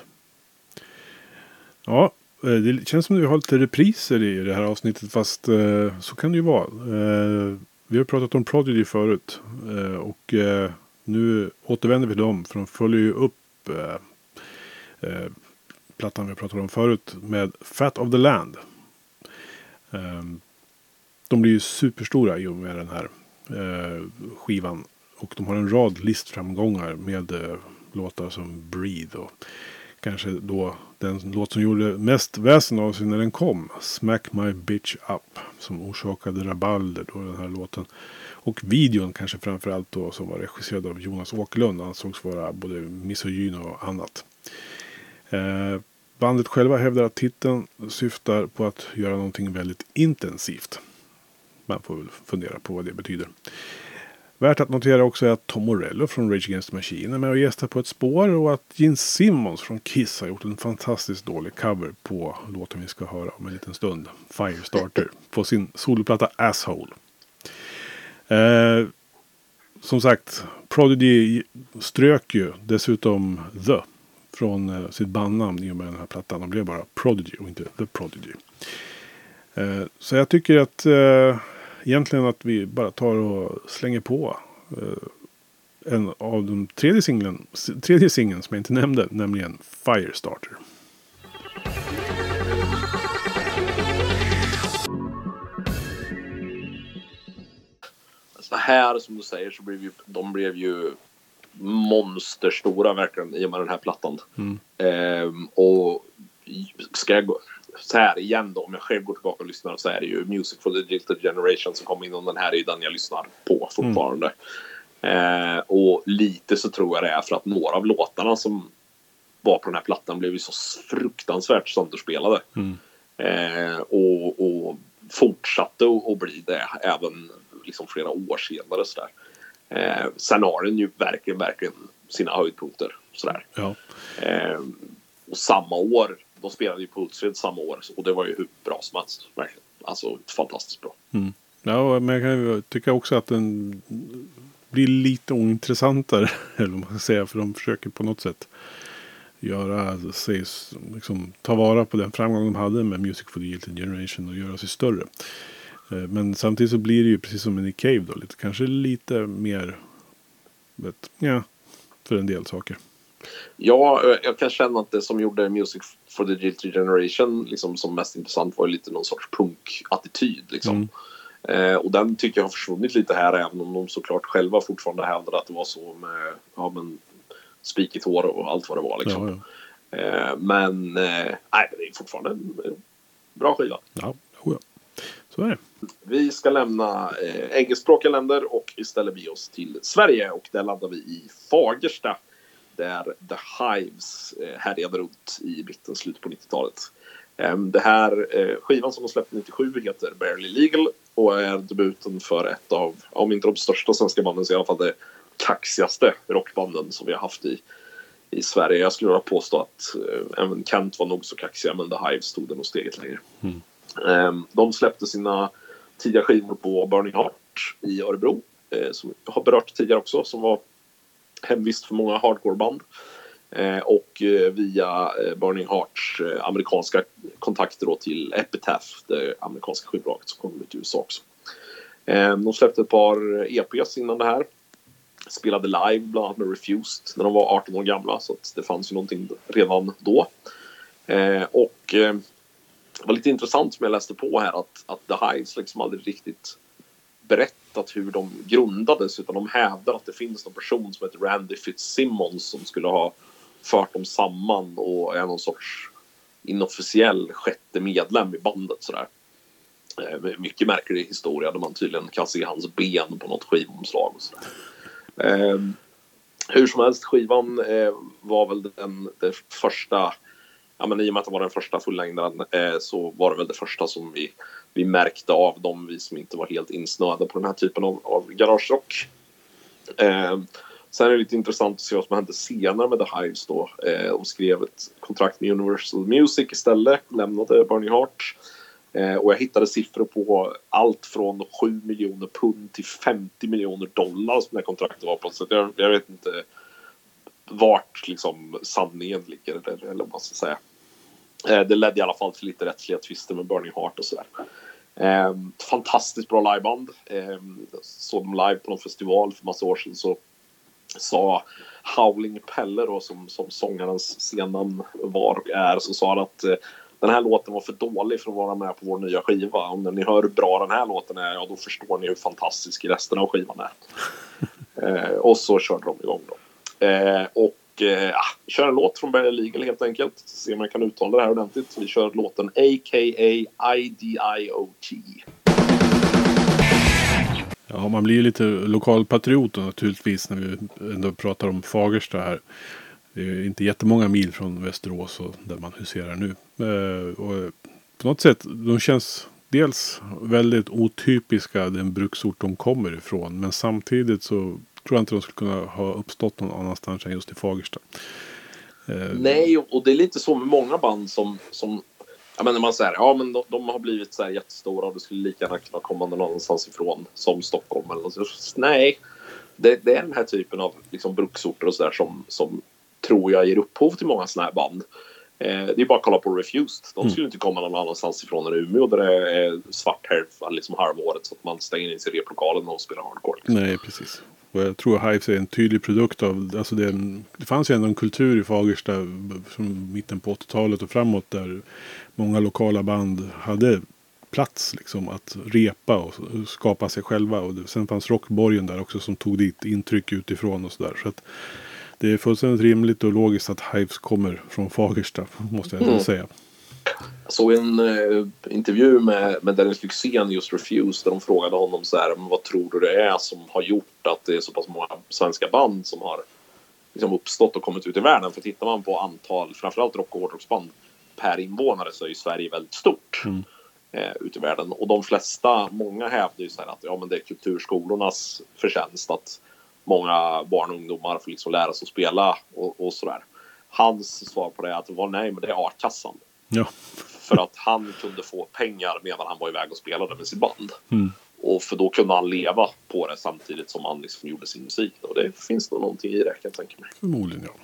Speaker 9: Ja, det känns som att vi har lite repriser i det här avsnittet, fast eh, så kan det ju vara. Eh, vi har pratat om Prodigy förut eh, och eh, nu återvänder vi dem, för de följer ju upp eh, eh, plattan vi pratade om förut med Fat of the Land. Eh, De blir ju superstora i och med den här eh, skivan. Och de har en rad listframgångar med eh, låtar som Breathe. Och kanske då den låt som gjorde mest väsen av sig när den kom. Smack My Bitch Up. Som orsakade rabalder då, den här låten. Och videon kanske framförallt då, som var regisserad av Jonas Åkerlund. Han sågs vara både misogyn och annat. Eh, bandet själva hävdar att titeln syftar på att göra någonting väldigt intensivt. Man får väl fundera på vad det betyder. Värt att notera också är att Tom Morello från Rage Against the Machine är med och gästar på ett spår, och att Gene Simmons från Kiss har gjort en fantastiskt dålig cover på låten vi ska höra om en liten stund, Firestarter, på sin soloplatta Asshole. Eh, som sagt, Prodigy strök ju dessutom The från eh, sitt bandnamn i och med den här plattan. De blev bara Prodigy och inte The Prodigy. Så jag tycker att eh, egentligen att vi bara tar och slänger på eh, en av de tredje singeln, tredje singeln som jag inte nämnde, nämligen Firestarter.
Speaker 10: Så här som du säger så blev ju, de blev ju monsterstora verkligen i och med den här plattan.
Speaker 9: Mm.
Speaker 10: Ehm, och ska jag gå så här igen då, om jag själv går tillbaka och lyssnar, så är det ju Music for the Digital Generation som kom in, och den här är ju den jag lyssnar på fortfarande. Mm. Ehm, och lite så tror jag det är för att några av låtarna som var på den här plattan blev ju så fruktansvärt sönderspelade.
Speaker 9: Mm.
Speaker 10: Ehm, och, och fortsatte att bli det även liksom flera år senare sådär. Eh, sen har den ju verkligen, verkligen sina höjdpunkter sådär.
Speaker 9: Ja.
Speaker 10: Eh, och samma år, de spelade ju på Hultsfred samma år, och det var ju hur bra som helst, verkligen. Alltså fantastiskt bra.
Speaker 9: Mm. Ja, men jag kan tycka också att den blir lite ointressantare, eller vad man ska säga, för de försöker på något sätt göra sig, liksom, ta vara på den framgång de hade med Music for the Digital Generation och göra sig större. Men samtidigt så blir det ju precis som i Nick Cave då, lite, kanske lite mer vet, ja, för en del saker.
Speaker 10: Ja, jag kan känna att det som gjorde Music for the Digital Generation liksom, som mest intressant var ju lite någon sorts punk-attityd liksom. Mm. Eh, och den tycker jag har försvunnit lite här, även om de såklart själva fortfarande hävdade att det var så med, ja, men spikigt hår och allt vad det var liksom. Ja, ja. Eh, men eh, nej, det är fortfarande en bra skiva.
Speaker 9: Ja, ja. Så är det.
Speaker 10: Vi ska lämna eh, engelskspråkiga länder och istället bege oss till Sverige, och där landar vi i Fagersta där The Hives eh, härjade runt i mitten, slut på nittiotalet. Eh, det här eh, skivan som de släppte nittiosju heter Barely Legal och är debuten för ett av, om inte de största svenska banden, så i alla fall det kaxigaste rockbanden som vi har haft i, i Sverige. Jag skulle vilja påstå att eh, även Kent var nog så kaxiga, men The Hives stod det nog steget längre.
Speaker 9: Mm.
Speaker 10: De släppte sina tidiga skivor på Burning Heart i Örebro, som jag har berört tidigare också, som var hemvist för många hardcoreband. Och via Burning Hearts amerikanska kontakter då till Epitaph, det amerikanska skivbolaget som kom ut i U S A också. De släppte ett par E P:s innan det här. Spelade live bland annat med Refused när de var arton år gamla, så att det fanns ju någonting redan då. Och det var lite intressant som jag läste på här att, att The Hives liksom aldrig riktigt berättat hur de grundades, utan de hävdar att det finns någon person som heter Randy Fitzsimmons som skulle ha fört dem samman och är någon sorts inofficiell sjätte medlem i bandet sådär. Eh, mycket märklig historia där man tydligen kan se hans ben på något skivomslag och sådär. Eh, hur som helst, skivan eh, var väl den, den första. Ja, men i och med att det var den första fullängden eh, så var det väl det första som vi, vi märkte av dem, vi som inte var helt insnöade på den här typen av, av garagerock. Eh, sen är det lite intressant att se vad som hände senare med The Hives då. Eh, de skrev ett kontrakt med Universal Music istället, lämnade Burning Heart. Eh, och jag hittade siffror på allt från sju miljoner pund till femtio miljoner dollar som det här kontraktet var på. Så jag, jag vet inte vart liksom sanningen ligger, eller, eller vad man ska säga. Eh, det ledde i alla fall till lite rättsliga tvister med Burning Heart och sådär. Eh, fantastiskt bra liveband. Eh, såg dem live på någon festival för massa år sedan, så sa Howling Pelle då, som, som sångarens scennamn var och är, så sa han att eh, den här låten var för dålig för att vara med på vår nya skiva. Om ni hör hur bra den här låten är, ja, då förstår ni hur fantastisk resten av skivan är. eh, och så körde de igång då. Eh, och eh, kör en låt från Barely Legal helt enkelt. Så ser om jag kan uttala det här ordentligt. Vi kör låten A K A I D I O T.
Speaker 9: Ja, man blir ju lite lokalpatriot naturligtvis när vi ändå pratar om Fagersta här. Det är inte jättemånga mil från Västerås och där man huserar nu. Eh, och på något sätt, de känns dels väldigt otypiska den bruksort de kommer ifrån. Men samtidigt så tror jag inte de skulle kunna ha uppstått någon annanstans än just i Fagersta. Eh.
Speaker 10: Nej, och det är lite så med många band som, som jag menar, man säger, ja men de, de har blivit så här jättestora och det skulle lika gärna kunna komma någon annanstans ifrån som Stockholm eller så. Nej, det, det är den här typen av liksom bruksorter och så där som, som tror jag ger upphov till många såna här band. Eh, det är bara att kolla på Refused. De skulle
Speaker 9: Mm.
Speaker 10: inte komma någon annanstans ifrån än Umeå där det är svart här liksom halvåret så att man stänger in sig i replokalen och spelar hardcore. Liksom.
Speaker 9: Nej, precis. Och jag tror Hives är en tydlig produkt av, alltså det, är en, det fanns ju ändå en kultur i Fagersta från mitten på åttiotalet och framåt där många lokala band hade plats liksom att repa och skapa sig själva. Och det, sen fanns Rockborgen där också som tog dit intryck utifrån och sådär. Så att det är fullständigt rimligt och logiskt att Hives kommer från Fagersta, måste jag mm. säga.
Speaker 10: Jag såg en eh, intervju med, med Dennis Lyxzén just Refused där de frågade honom så här, vad tror du det är som har gjort att det är så pass många svenska band som har liksom uppstått och kommit ut i världen? För tittar man på antal, framförallt rock- och hårdrocksband per invånare så är ju Sverige väldigt stort mm. eh, ut i världen. Och de flesta, många hävdar ju så här att ja, men det är kulturskolornas förtjänst att många barn och ungdomar får liksom lära sig att spela och, och sådär. Hans svar på det är att det var nej, men det är A-kassan.
Speaker 9: Ja.
Speaker 10: För att han kunde få pengar medan han var iväg och spelade med sitt band.
Speaker 9: Mm.
Speaker 10: Och för då kunde han leva på det samtidigt som han liksom gjorde sin musik. Och det finns nog någonting i det, kan jag tänka mig.
Speaker 9: Förmodligen, ja.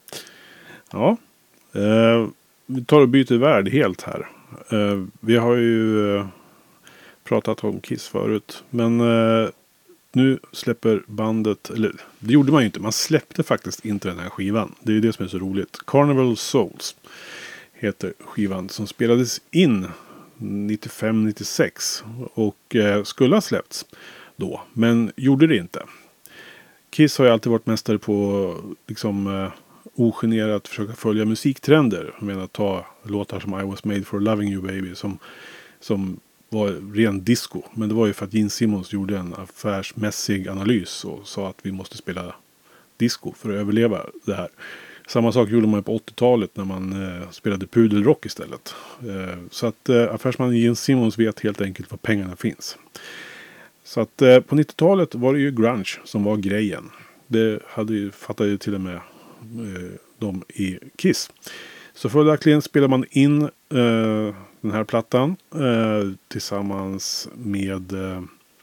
Speaker 9: Ja. Eh, vi tar och byter värld helt här. Eh, vi har ju eh, pratat om Kiss förut. Men eh, nu släpper bandet, eller det gjorde man ju inte. Man släppte faktiskt inte den här skivan. Det är ju det som är så roligt. Carnival Souls heter skivan som spelades in nittiofem nittiosex och eh, skulle ha släppts då, men gjorde det inte. Kiss har ju alltid varit mästare på liksom eh, ogenerat försöka följa musiktrender. Jag menar ta låtar som I Was Made For Loving You Baby som, som var ren disco, men det var ju för att Gene Simmons gjorde en affärsmässig analys och sa att vi måste spela disco för att överleva det här. Samma sak gjorde man på åttiotalet när man eh, spelade pudelrock istället. Eh, så att eh, affärsmannen Gene Simmons vet helt enkelt var pengarna finns. Så att eh, på nittiotalet var det ju grunge som var grejen. Det hade ju, fattade ju till och med eh, de i Kiss. Så följaktligen spelar man in eh, den här plattan eh, tillsammans med eh,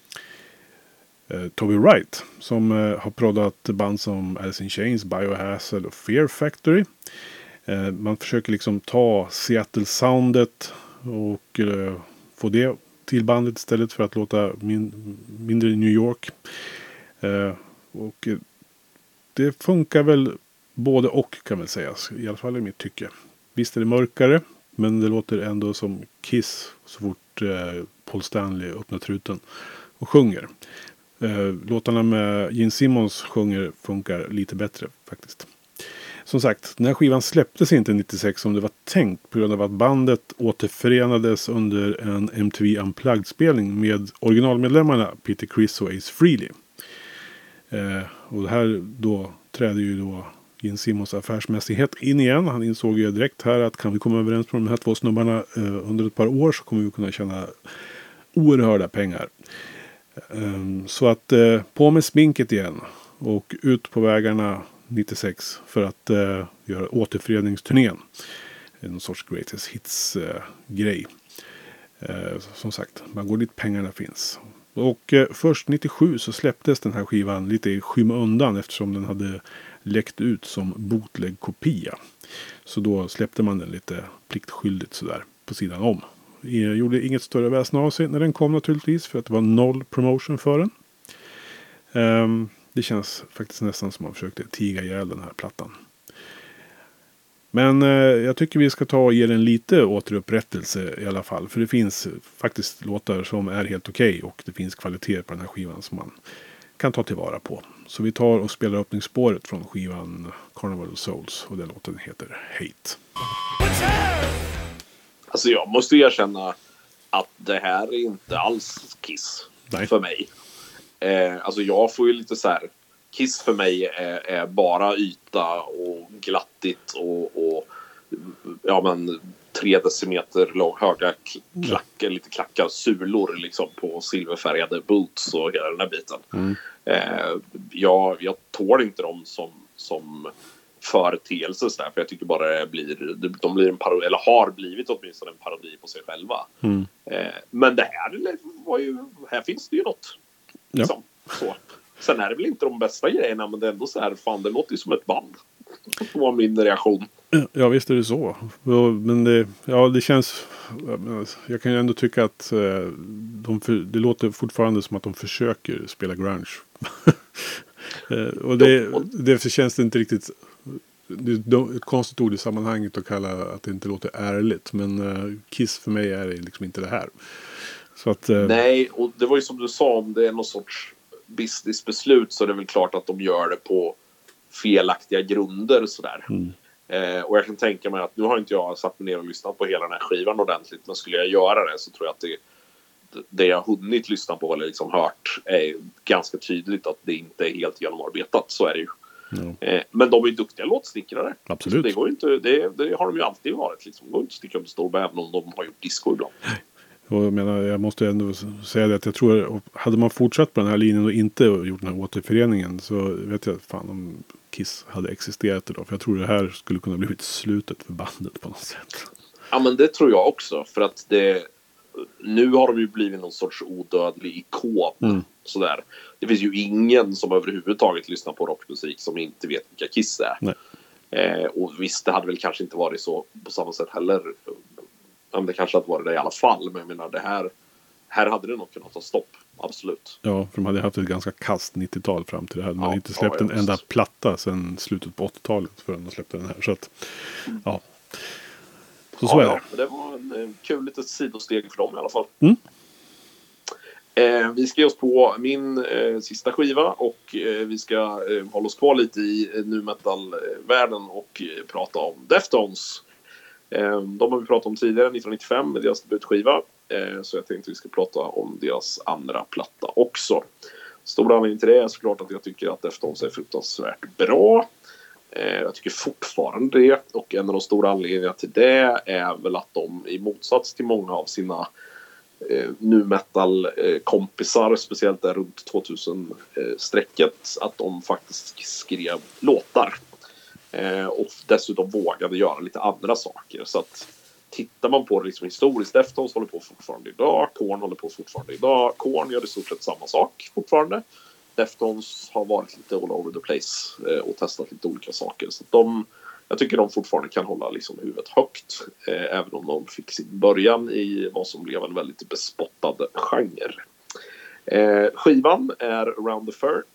Speaker 9: Uh, Toby Wright som uh, har proddat band som Alice in Chains, Biohazard och Fear Factory. Uh, man försöker liksom ta Seattle-soundet och uh, få det till bandet istället för att låta min- mindre New York. Uh, och uh, det funkar väl både och kan väl sägas, i alla fall i mitt tycke. Visst är det mörkare, men det låter ändå som Kiss så fort uh, Paul Stanley öppnar truten och sjunger. Uh, låtarna med Gene Simmons sjunger funkar lite bättre faktiskt. Som sagt, den här skivan släpptes inte nittiosex som det var tänkt på grund av att bandet återförenades under en M T V Unplugged-spelning med originalmedlemmarna Peter Criss och Ace Frehley. Uh, och det här då trädde ju då Gene Simmons affärsmässighet in igen. Han insåg ju direkt här att kan vi komma överens med de här två snubbarna uh, under ett par år så kommer vi kunna tjäna oerhörda pengar. Um, så att uh, på med sminket igen och ut på vägarna nittiosex för att uh, göra återföreningsturnén. En sorts greatest hits uh, grej. Uh, som sagt, man går dit pengarna finns. Och uh, först nittiosju så släpptes den här skivan lite i skymundan eftersom den hade läckt ut som bootleg-kopia. Så då släppte man den lite pliktskyldigt sådär på sidan om. Jag gjorde inget större väsen av sig när den kom naturligtvis för att det var noll promotion för den. Um, det känns faktiskt nästan som man försökte tiga ihjäl den här plattan. Men uh, jag tycker vi ska ta och ge den lite återupprättelse i alla fall. För det finns faktiskt låtar som är helt okej okay, och det finns kvalitet på den här skivan som man kan ta tillvara på. Så vi tar och spelar öppningsspåret från skivan Carnival Souls och den låten heter Hate.
Speaker 10: Alltså jag måste erkänna att det här är inte alls Kiss. Nej. För mig. Eh, alltså jag får ju lite så här. Kiss för mig är, är bara yta och glattigt och, och ja men tre decimeter lång, höga klackar, lite klackar, sulor liksom på silverfärgade boots och hela den här biten.
Speaker 9: Mm.
Speaker 10: Eh, jag, jag tål inte dem som, som företeelser där, för jag tycker bara det blir, de blir en parodi, eller har blivit åtminstone en parodi på sig själva.
Speaker 9: Mm.
Speaker 10: Eh, men det här var ju, här finns det ju något. Liksom,
Speaker 9: ja.
Speaker 10: Så. Sen är det väl inte de bästa grejerna, men det är ändå så här, fan det låter ju som ett band. Det var min reaktion.
Speaker 9: Ja, visst är det så. Men det, ja, det känns... Jag kan ju ändå tycka att de för, det låter fortfarande som att de försöker spela grunge. Och det, det känns det inte riktigt... Det är ett konstigt ord i sammanhanget att kalla att det inte låter ärligt. Men Kiss för mig är liksom inte det här. Så att,
Speaker 10: nej, och det var ju som du sa, om det är någon sorts businessbeslut så är det väl klart att de gör det på felaktiga grunder sådär. Mm. Eh, och jag kan tänka mig att nu har inte jag satt mig ner och lyssnat på hela den här skivan ordentligt, men skulle jag göra det så tror jag att det, det jag hunnit lyssna på eller liksom hört är ganska tydligt att det inte är helt genomarbetat, så är det ju. Mm. Eh, men de är ju duktiga låtstickrare.
Speaker 9: Absolut.
Speaker 10: Det, går inte, det, det har de ju alltid varit. Liksom. Det går inte att sticka under stol även om de har gjort disco ibland.
Speaker 9: Och jag menar, jag måste ändå säga det att jag tror, hade man fortsatt på den här linjen och inte gjort den här återföreningen så vet jag fan om Kiss hade existerat idag. För jag tror det här skulle kunna bli slutet för bandet på något sätt.
Speaker 10: Ja, men det tror jag också. För att det, nu har de ju blivit någon sorts odödlig ikon. Mm. Sådär. Det finns ju ingen som överhuvudtaget lyssnar på rockmusik som inte vet vilka Kiss är.
Speaker 9: Nej.
Speaker 10: Eh, och visst, det hade väl kanske inte varit så på samma sätt heller. Det kanske hade varit det i alla fall. Men jag menar, det här, här hade det nog kunnat ta stopp. Absolut.
Speaker 9: Ja, för de hade haft ett ganska kast nittiotal fram till det här. De ja, hade inte släppt ja, en enda platta sedan slutet på åttiotalet förrän de släppte den här. Så att, ja. Så, så
Speaker 10: ja,
Speaker 9: är det.
Speaker 10: Ja, det var en kul litet sidosteg för dem i alla fall.
Speaker 9: Mm.
Speaker 10: Eh, vi ska ge oss på min eh, sista skiva och eh, vi ska eh, hålla oss kvar lite i eh, nu metal-världen och eh, prata om Deftones. Eh, de har vi pratat om tidigare, nittonhundranittiofem med deras debutskiva. Eh, så jag tänkte vi ska prata om deras andra platta också. Stora anledning till det är såklart att jag tycker att Deftones är fruktansvärt bra. Eh, jag tycker fortfarande det. Och en av de stora anledningarna till det är väl att de i motsats till många av sina eh, nu metal eh, kompisar, speciellt där runt tvåtusen-strecket, att de faktiskt skrev låtar. Eh, och dessutom vågade göra lite andra saker. Så att tittar man på det liksom historiskt, Deftones håller på fortfarande idag, Korn håller på fortfarande idag, Korn gör i stort sett samma sak fortfarande. Deftones har varit lite all over the place eh, och testat lite olika saker. Så de, jag tycker de fortfarande kan hålla liksom huvudet högt, eh, även om de fick sin början i vad som blev en väldigt bespottad genre. Eh, skivan är Around the Fur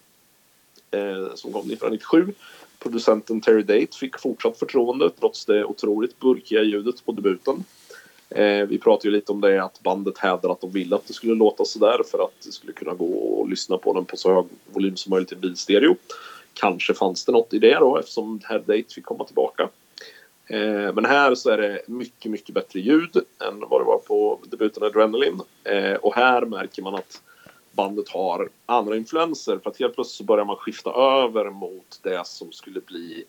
Speaker 10: eh, som kom nittonhundranittiosju. Producenten Terry Date fick fortsatt förtroende trots det otroligt burkiga ljudet på debuten. Eh, vi pratade ju lite om det att bandet hävdade att de ville att det skulle låta sådär för att det skulle kunna gå och lyssna på den på så hög volym som möjligt i bilstereo. Kanske fanns det något i det då eftersom Terry Date fick komma tillbaka. Eh, men här så är det mycket, mycket bättre ljud än vad det var på debuten Adrenaline. Eh, och här märker man att bandet har andra influenser för att helt plötsligt så börjar man skifta över mot det som skulle bli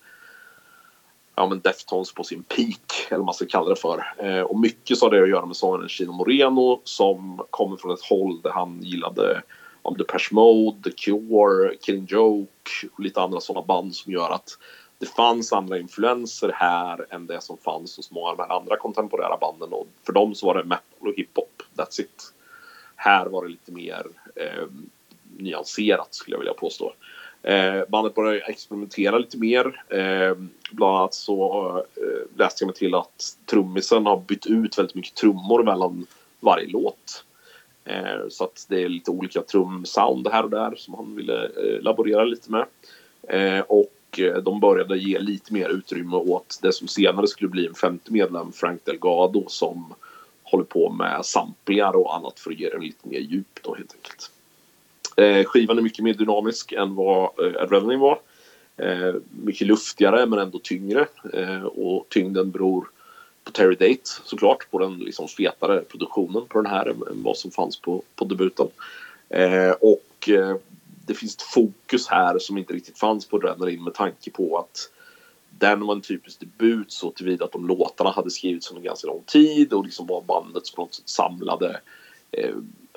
Speaker 10: ja, men Deftones på sin peak, eller vad man ska kalla det för. Eh, och mycket så har det att göra med sångaren Chino Moreno som kommer från ett håll där han gillade om Depeche Mode, The Cure, Killing Joke och lite andra sådana band som gör att det fanns andra influenser här än det som fanns hos många av de här andra kontemporära banden. Och för dem så var det metal och hiphop, that's it. Här var det lite mer eh, nyanserat skulle jag vilja påstå. Eh, bandet började experimentera lite mer. Eh, bland annat så eh, läste jag mig till att trummisen har bytt ut väldigt mycket trummor mellan varje låt. Eh, så att det är lite olika trumsound här och där som han ville eh, laborera lite med. Eh, och eh, de började ge lite mer utrymme åt det som senare skulle bli en femte medlem, Frank Delgado, som håller på med samplingar och annat för att ge den lite mer djup då helt enkelt. Eh, skivan är mycket mer dynamisk än vad eh, Adrenaline var. Eh, mycket luftigare men ändå tyngre. Eh, och tyngden beror på Terry Date såklart, på den liksom fetare produktionen på den här än vad som fanns på, på debuten. Eh, och eh, det finns ett fokus här som inte riktigt fanns på Adrenaline med tanke på att den var en typisk debut så tillvida att de låtarna hade skrivits under ganska lång tid och liksom var bandets på något sätt samlade eh,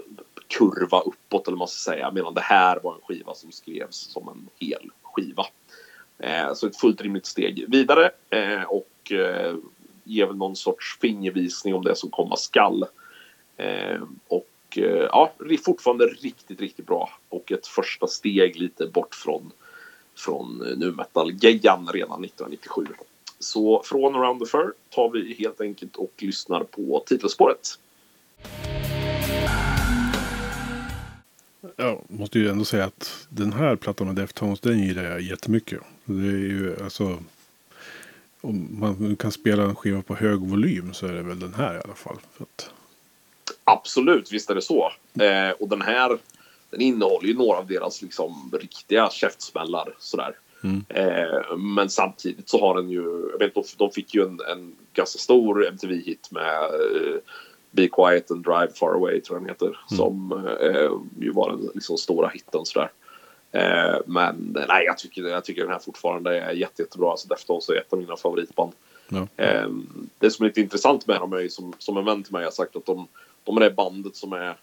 Speaker 10: kurva uppåt eller man ska säga, medan det här var en skiva som skrevs som en hel skiva. Eh, så ett fullt rimligt steg vidare eh, och eh, ger väl någon sorts fingervisning om det som komma skall. Eh, och eh, ja, fortfarande riktigt, riktigt bra och ett första steg lite bort från från nu metal-geggan redan nittonhundranittiosju. Så från Around the Fur tar vi helt enkelt och lyssnar på titelspåret.
Speaker 9: Jag måste ju ändå säga att den här plattan med Deftones, den gillar jag jättemycket. Det är ju alltså, om man kan spela en skiva på hög volym så är det väl den här i alla fall. För att...
Speaker 10: Absolut, visst är det så. Eh, och den här, den innehåller ju några av deras liksom riktiga käftsmällar sådär. Mm. Eh, men samtidigt så har den ju, jag vet inte, de fick ju en, en ganska stor M T V-hit med eh, Be Quiet and Drive Far Away, tror jag den heter, mm. som eh, ju var den liksom stora hitten sådär. Eh, men nej, jag tycker, jag tycker den här fortfarande är jätte, jättebra. Alltså Deftones är ett av mina favoritband. Ja. Eh, det som är lite intressant med dem är som, som en vän till mig har sagt att de, de är det bandet som är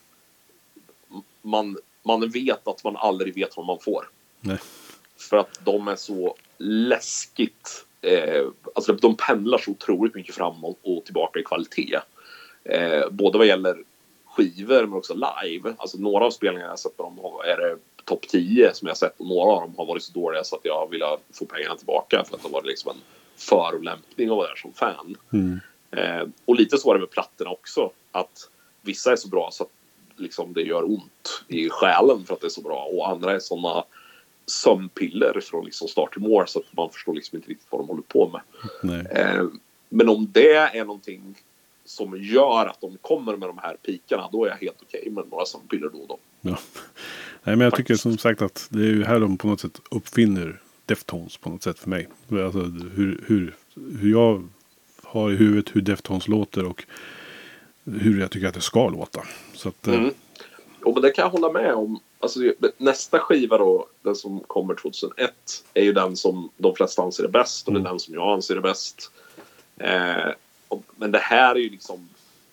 Speaker 10: man, man vet att man aldrig vet vad man får.
Speaker 9: Nej.
Speaker 10: För att de är så läskigt eh, alltså de pendlar så otroligt mycket framåt och tillbaka i kvalitet. Eh, både vad gäller skivor men också live. Alltså några av spelningarna jag har sett på dem är det topp tio som jag har sett, och några av dem har varit så dåliga så att jag vill få pengarna tillbaka för att de var liksom en förolämpning att vara där som fan.
Speaker 9: Mm.
Speaker 10: Eh, och lite så var det med plattorna också, att vissa är så bra så att liksom det gör ont i själen för att det är så bra, och andra är sådana sömnpiller från liksom start till mål så att man förstår liksom inte riktigt vad de håller på med.
Speaker 9: Nej.
Speaker 10: Eh, men om det är någonting som gör att de kommer med de här pikarna, då är jag helt okej okay med några sömnpiller då och då.
Speaker 9: Ja. Nej, men jag tycker som sagt att det är ju här de på något sätt uppfinner Deftones på något sätt för mig. Alltså hur, hur, hur jag har i huvudet hur Deftones låter och hur jag tycker att det ska låta. Så att,
Speaker 10: mm. Och men det kan jag hålla med om. Alltså, nästa skiva då, den som kommer tjugohundraett, är ju den som de flesta anser är bäst, och mm. det är den som jag anser är bäst. Eh, och, men det här är ju liksom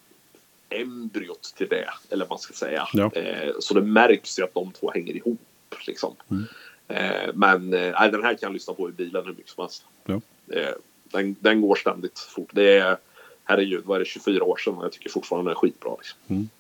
Speaker 10: embryot till det, eller vad man ska säga.
Speaker 9: Ja.
Speaker 10: Eh, så det märks ju att de två hänger ihop liksom.
Speaker 9: Mm.
Speaker 10: Eh, men eh, den här kan jag lyssna på i bilen hur mycket som helst.
Speaker 9: Ja.
Speaker 10: Eh, den, den går ständigt fort. Det är, herregud, vad är det, tjugofyra år sedan, och jag tycker fortfarande den är skitbra liksom.
Speaker 9: Mm.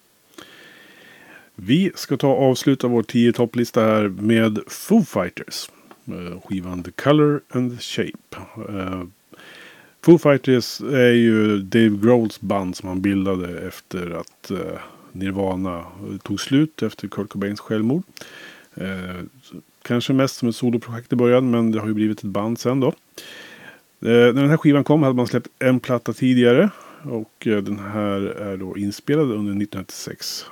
Speaker 9: Vi ska ta och avsluta vår tio topplista här med Foo Fighters. Skivan The Color and the Shape. Foo Fighters är ju Dave Grohls band som han bildade efter att Nirvana tog slut efter Kurt Cobains självmord. Kanske mest som ett soloprojekt i början, men det har ju blivit ett band sen då. När den här skivan kom hade man släppt en platta tidigare, och den här är då inspelad under nittonhundranittiosex.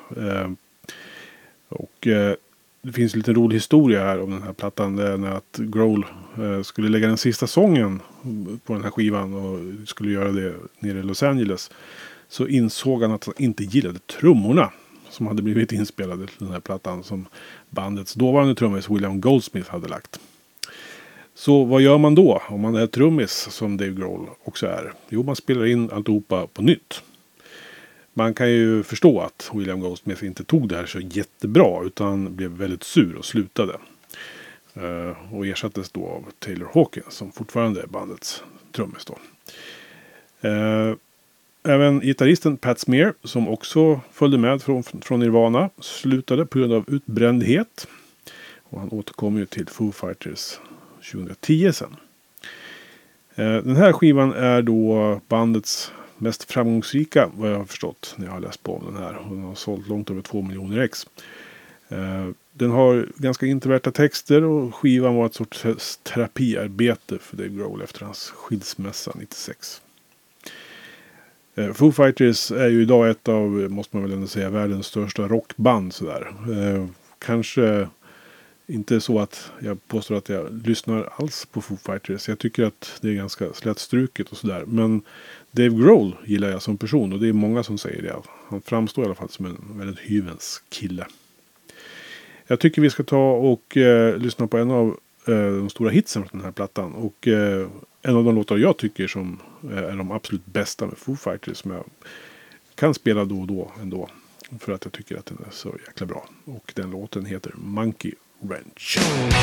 Speaker 9: Och eh, det finns en liten rolig historia här om den här plattan. Det är när att Grohl eh, skulle lägga den sista sången på den här skivan och skulle göra det nere i Los Angeles, så insåg han att han inte gillade trummorna som hade blivit inspelade till den här plattan, som bandets dåvarande trummis William Goldsmith hade lagt. Så vad gör man då om man är trummis som Dave Grohl också är? Jo, man spelar in alltihopa på nytt. Man kan ju förstå att William Goldsmith inte tog det här så jättebra, utan blev väldigt sur och slutade. Uh, och ersattes då av Taylor Hawkins, som fortfarande är bandets trummis då. Uh, även gitarristen Pat Smear, som också följde med från, från Nirvana, slutade på grund av utbrändhet. Och han återkom ju till Foo Fighters tjugohundratio sen. Uh, den här skivan är då bandets mest framgångsrika, vad jag har förstått när jag har läst på om den här. Och den har sålt långt över två miljoner ex. Eh, den har ganska introverta texter, och skivan var ett sorts terapiarbete för Dave Grohl efter hans skilsmässa nittiosex. Eh, Foo Fighters är ju idag ett av, måste man väl ändå säga, världens största rockband sådär. Eh, kanske inte så att jag påstår att jag lyssnar alls på Foo Fighters. Jag tycker att det är ganska slätstruket och sådär. Men Dave Grohl gillar jag som person, och det är många som säger det. Han framstår i alla fall som en väldigt hyvens kille. Jag tycker vi ska ta och eh, lyssna på en av eh, de stora hitsen från den här plattan. Och eh, en av de låtar jag tycker som eh, är de absolut bästa med Foo Fighters, som jag kan spela då och då ändå. För att jag tycker att den är så jäkla bra. Och den låten heter Monkey Wrench.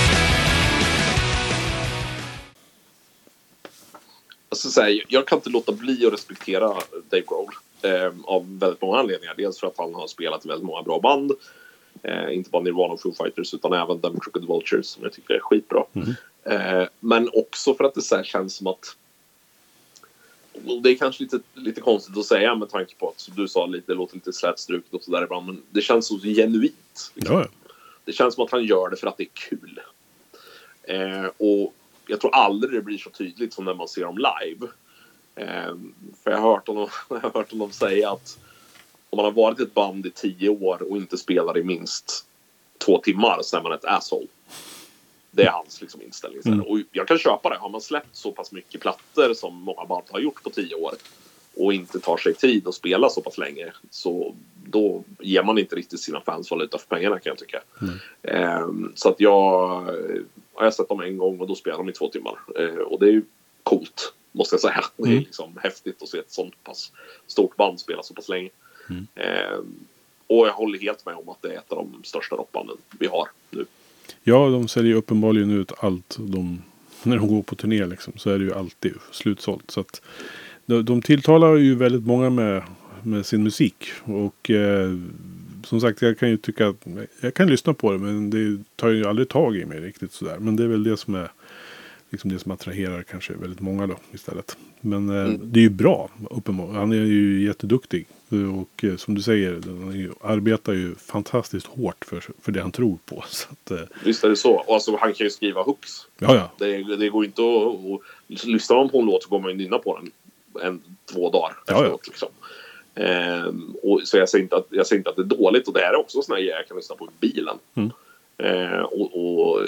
Speaker 10: Alltså, så här, jag kan inte låta bli att respektera Dave Grohl eh, av väldigt många anledningar. Dels för att han har spelat väldigt många bra band, Eh, inte bara Nirvana och Foo Fighters utan även Them Crooked Vultures som jag tycker är skitbra.
Speaker 9: Mm.
Speaker 10: Eh, men också för att det så här känns som att det är kanske lite, lite konstigt att säga med tanke på att som du sa lite, det låter lite slätstruket och sådär ibland, men det känns så genuint. Liksom.
Speaker 9: Ja.
Speaker 10: Det känns som att han gör det för att det är kul. Eh, och jag tror aldrig det blir så tydligt som när man ser dem live. Eh, för jag har hört honom, jag har hört honom säga att om man har varit ett band i tio år och inte spelar i minst två timmar så är man ett asshole. Det är hans liksom inställning. Mm. Och jag kan köpa det. Har man släppt så pass mycket plattor som många band har gjort på tio år och inte tar sig tid att spela så pass länge, så då ger man inte riktigt sina fans valuta för pengarna, kan jag tycka. Mm. Um, så att jag har jag sett dem en gång och då spelar de i två timmar. Uh, och det är ju coolt, måste jag säga. Mm. Det är liksom häftigt att se ett sånt pass stort band spela så pass länge. Mm. Um, och jag håller helt med om att det är ett av de största rockbanden vi har nu.
Speaker 9: Ja, de säljer uppenbarligen ut allt. De, när de går på turné liksom, så är det ju alltid slutsålt. Så att de, de tilltalar ju väldigt många med, med sin musik. Och eh, som sagt, jag kan ju tycka att jag kan lyssna på det, men det tar ju aldrig tag i mig riktigt sådär. Men det är väl det som är liksom det som attraherar kanske väldigt många då istället. Men eh, mm. det är ju bra, uppenbarligen. Han är ju jätteduktig. Och eh, som du säger, han ju, arbetar ju fantastiskt hårt för, för det han tror på. Så att, eh,
Speaker 10: visst är det så. Och alltså, han kan ju skriva hooks.
Speaker 9: Ja, ja.
Speaker 10: Det, det går inte att... att lyssnar man på en låt så går man ju nynna på den en, två dagar
Speaker 9: ja,
Speaker 10: efteråt.
Speaker 9: Ja.
Speaker 10: Liksom. Ehm, och, så jag säger, inte att, jag säger inte att det är dåligt. Och det här är också såna grejer jag kan lyssna på i bilen.
Speaker 9: Mm.
Speaker 10: Ehm, och... och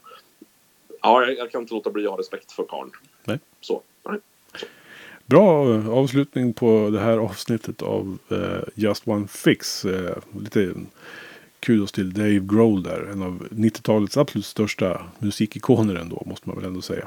Speaker 10: ja, jag, jag kan inte låta bli att ha respekt för karln.
Speaker 9: Nej.
Speaker 10: Så, nej.
Speaker 9: Bra avslutning på det här avsnittet av uh, Just One Fix. Uh, lite kudos till Dave Grohl där. En av nittiotalets absolut största musikikoner ändå, måste man väl ändå säga.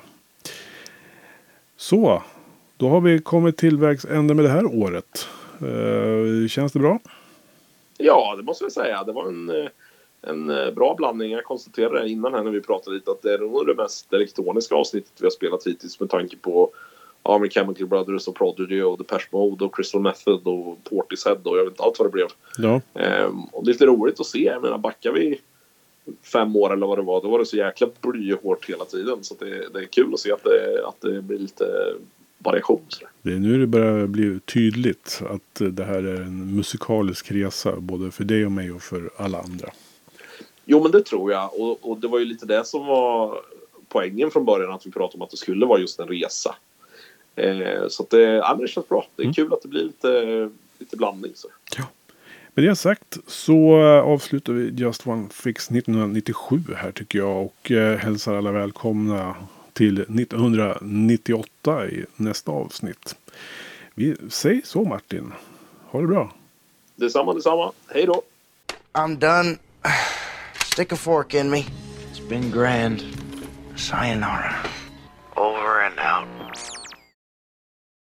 Speaker 9: Så, då har vi kommit till vägs ände med det här året. Uh, känns det bra?
Speaker 10: Ja, det måste jag säga. Det var en, en bra blandning. Jag konstaterade innan här när vi pratade lite att det är nog det mest elektroniska avsnittet vi har spelat hittills med tanke på ja, med Chemical Brothers och Prodigy och Depeche Mode och Crystal Method och Portishead och jag vet inte allt vad det blev.
Speaker 9: Ja.
Speaker 10: Ehm, och det är lite roligt att se. Jag menar, backar vi fem år eller vad det var, då var det så jäkla blyhårt hela tiden. Så det, det är kul att se att det, att det blir lite variation. Så
Speaker 9: det är nu det börjar bli tydligt att det här är en musikalisk resa både för dig och mig och för alla andra.
Speaker 10: Jo, men det tror jag. Och, och det var ju lite det som var poängen från början, att vi pratade om att det skulle vara just en resa. Eh, så att det, ja, det känns bra. Det är mm. kul att det blir lite, lite blandning. Så.
Speaker 9: Ja. Med det sagt så avslutar vi Just One Fix nittonhundranittiosju här tycker jag. Och eh, hälsar alla välkomna till nittonhundranittioåtta i nästa avsnitt. Vi säger så, Martin. Ha det bra.
Speaker 10: Detsamma, detsamma. Hej då.
Speaker 5: I'm done. Stick a fork in me. It's been grand. Sayonara. Over and out.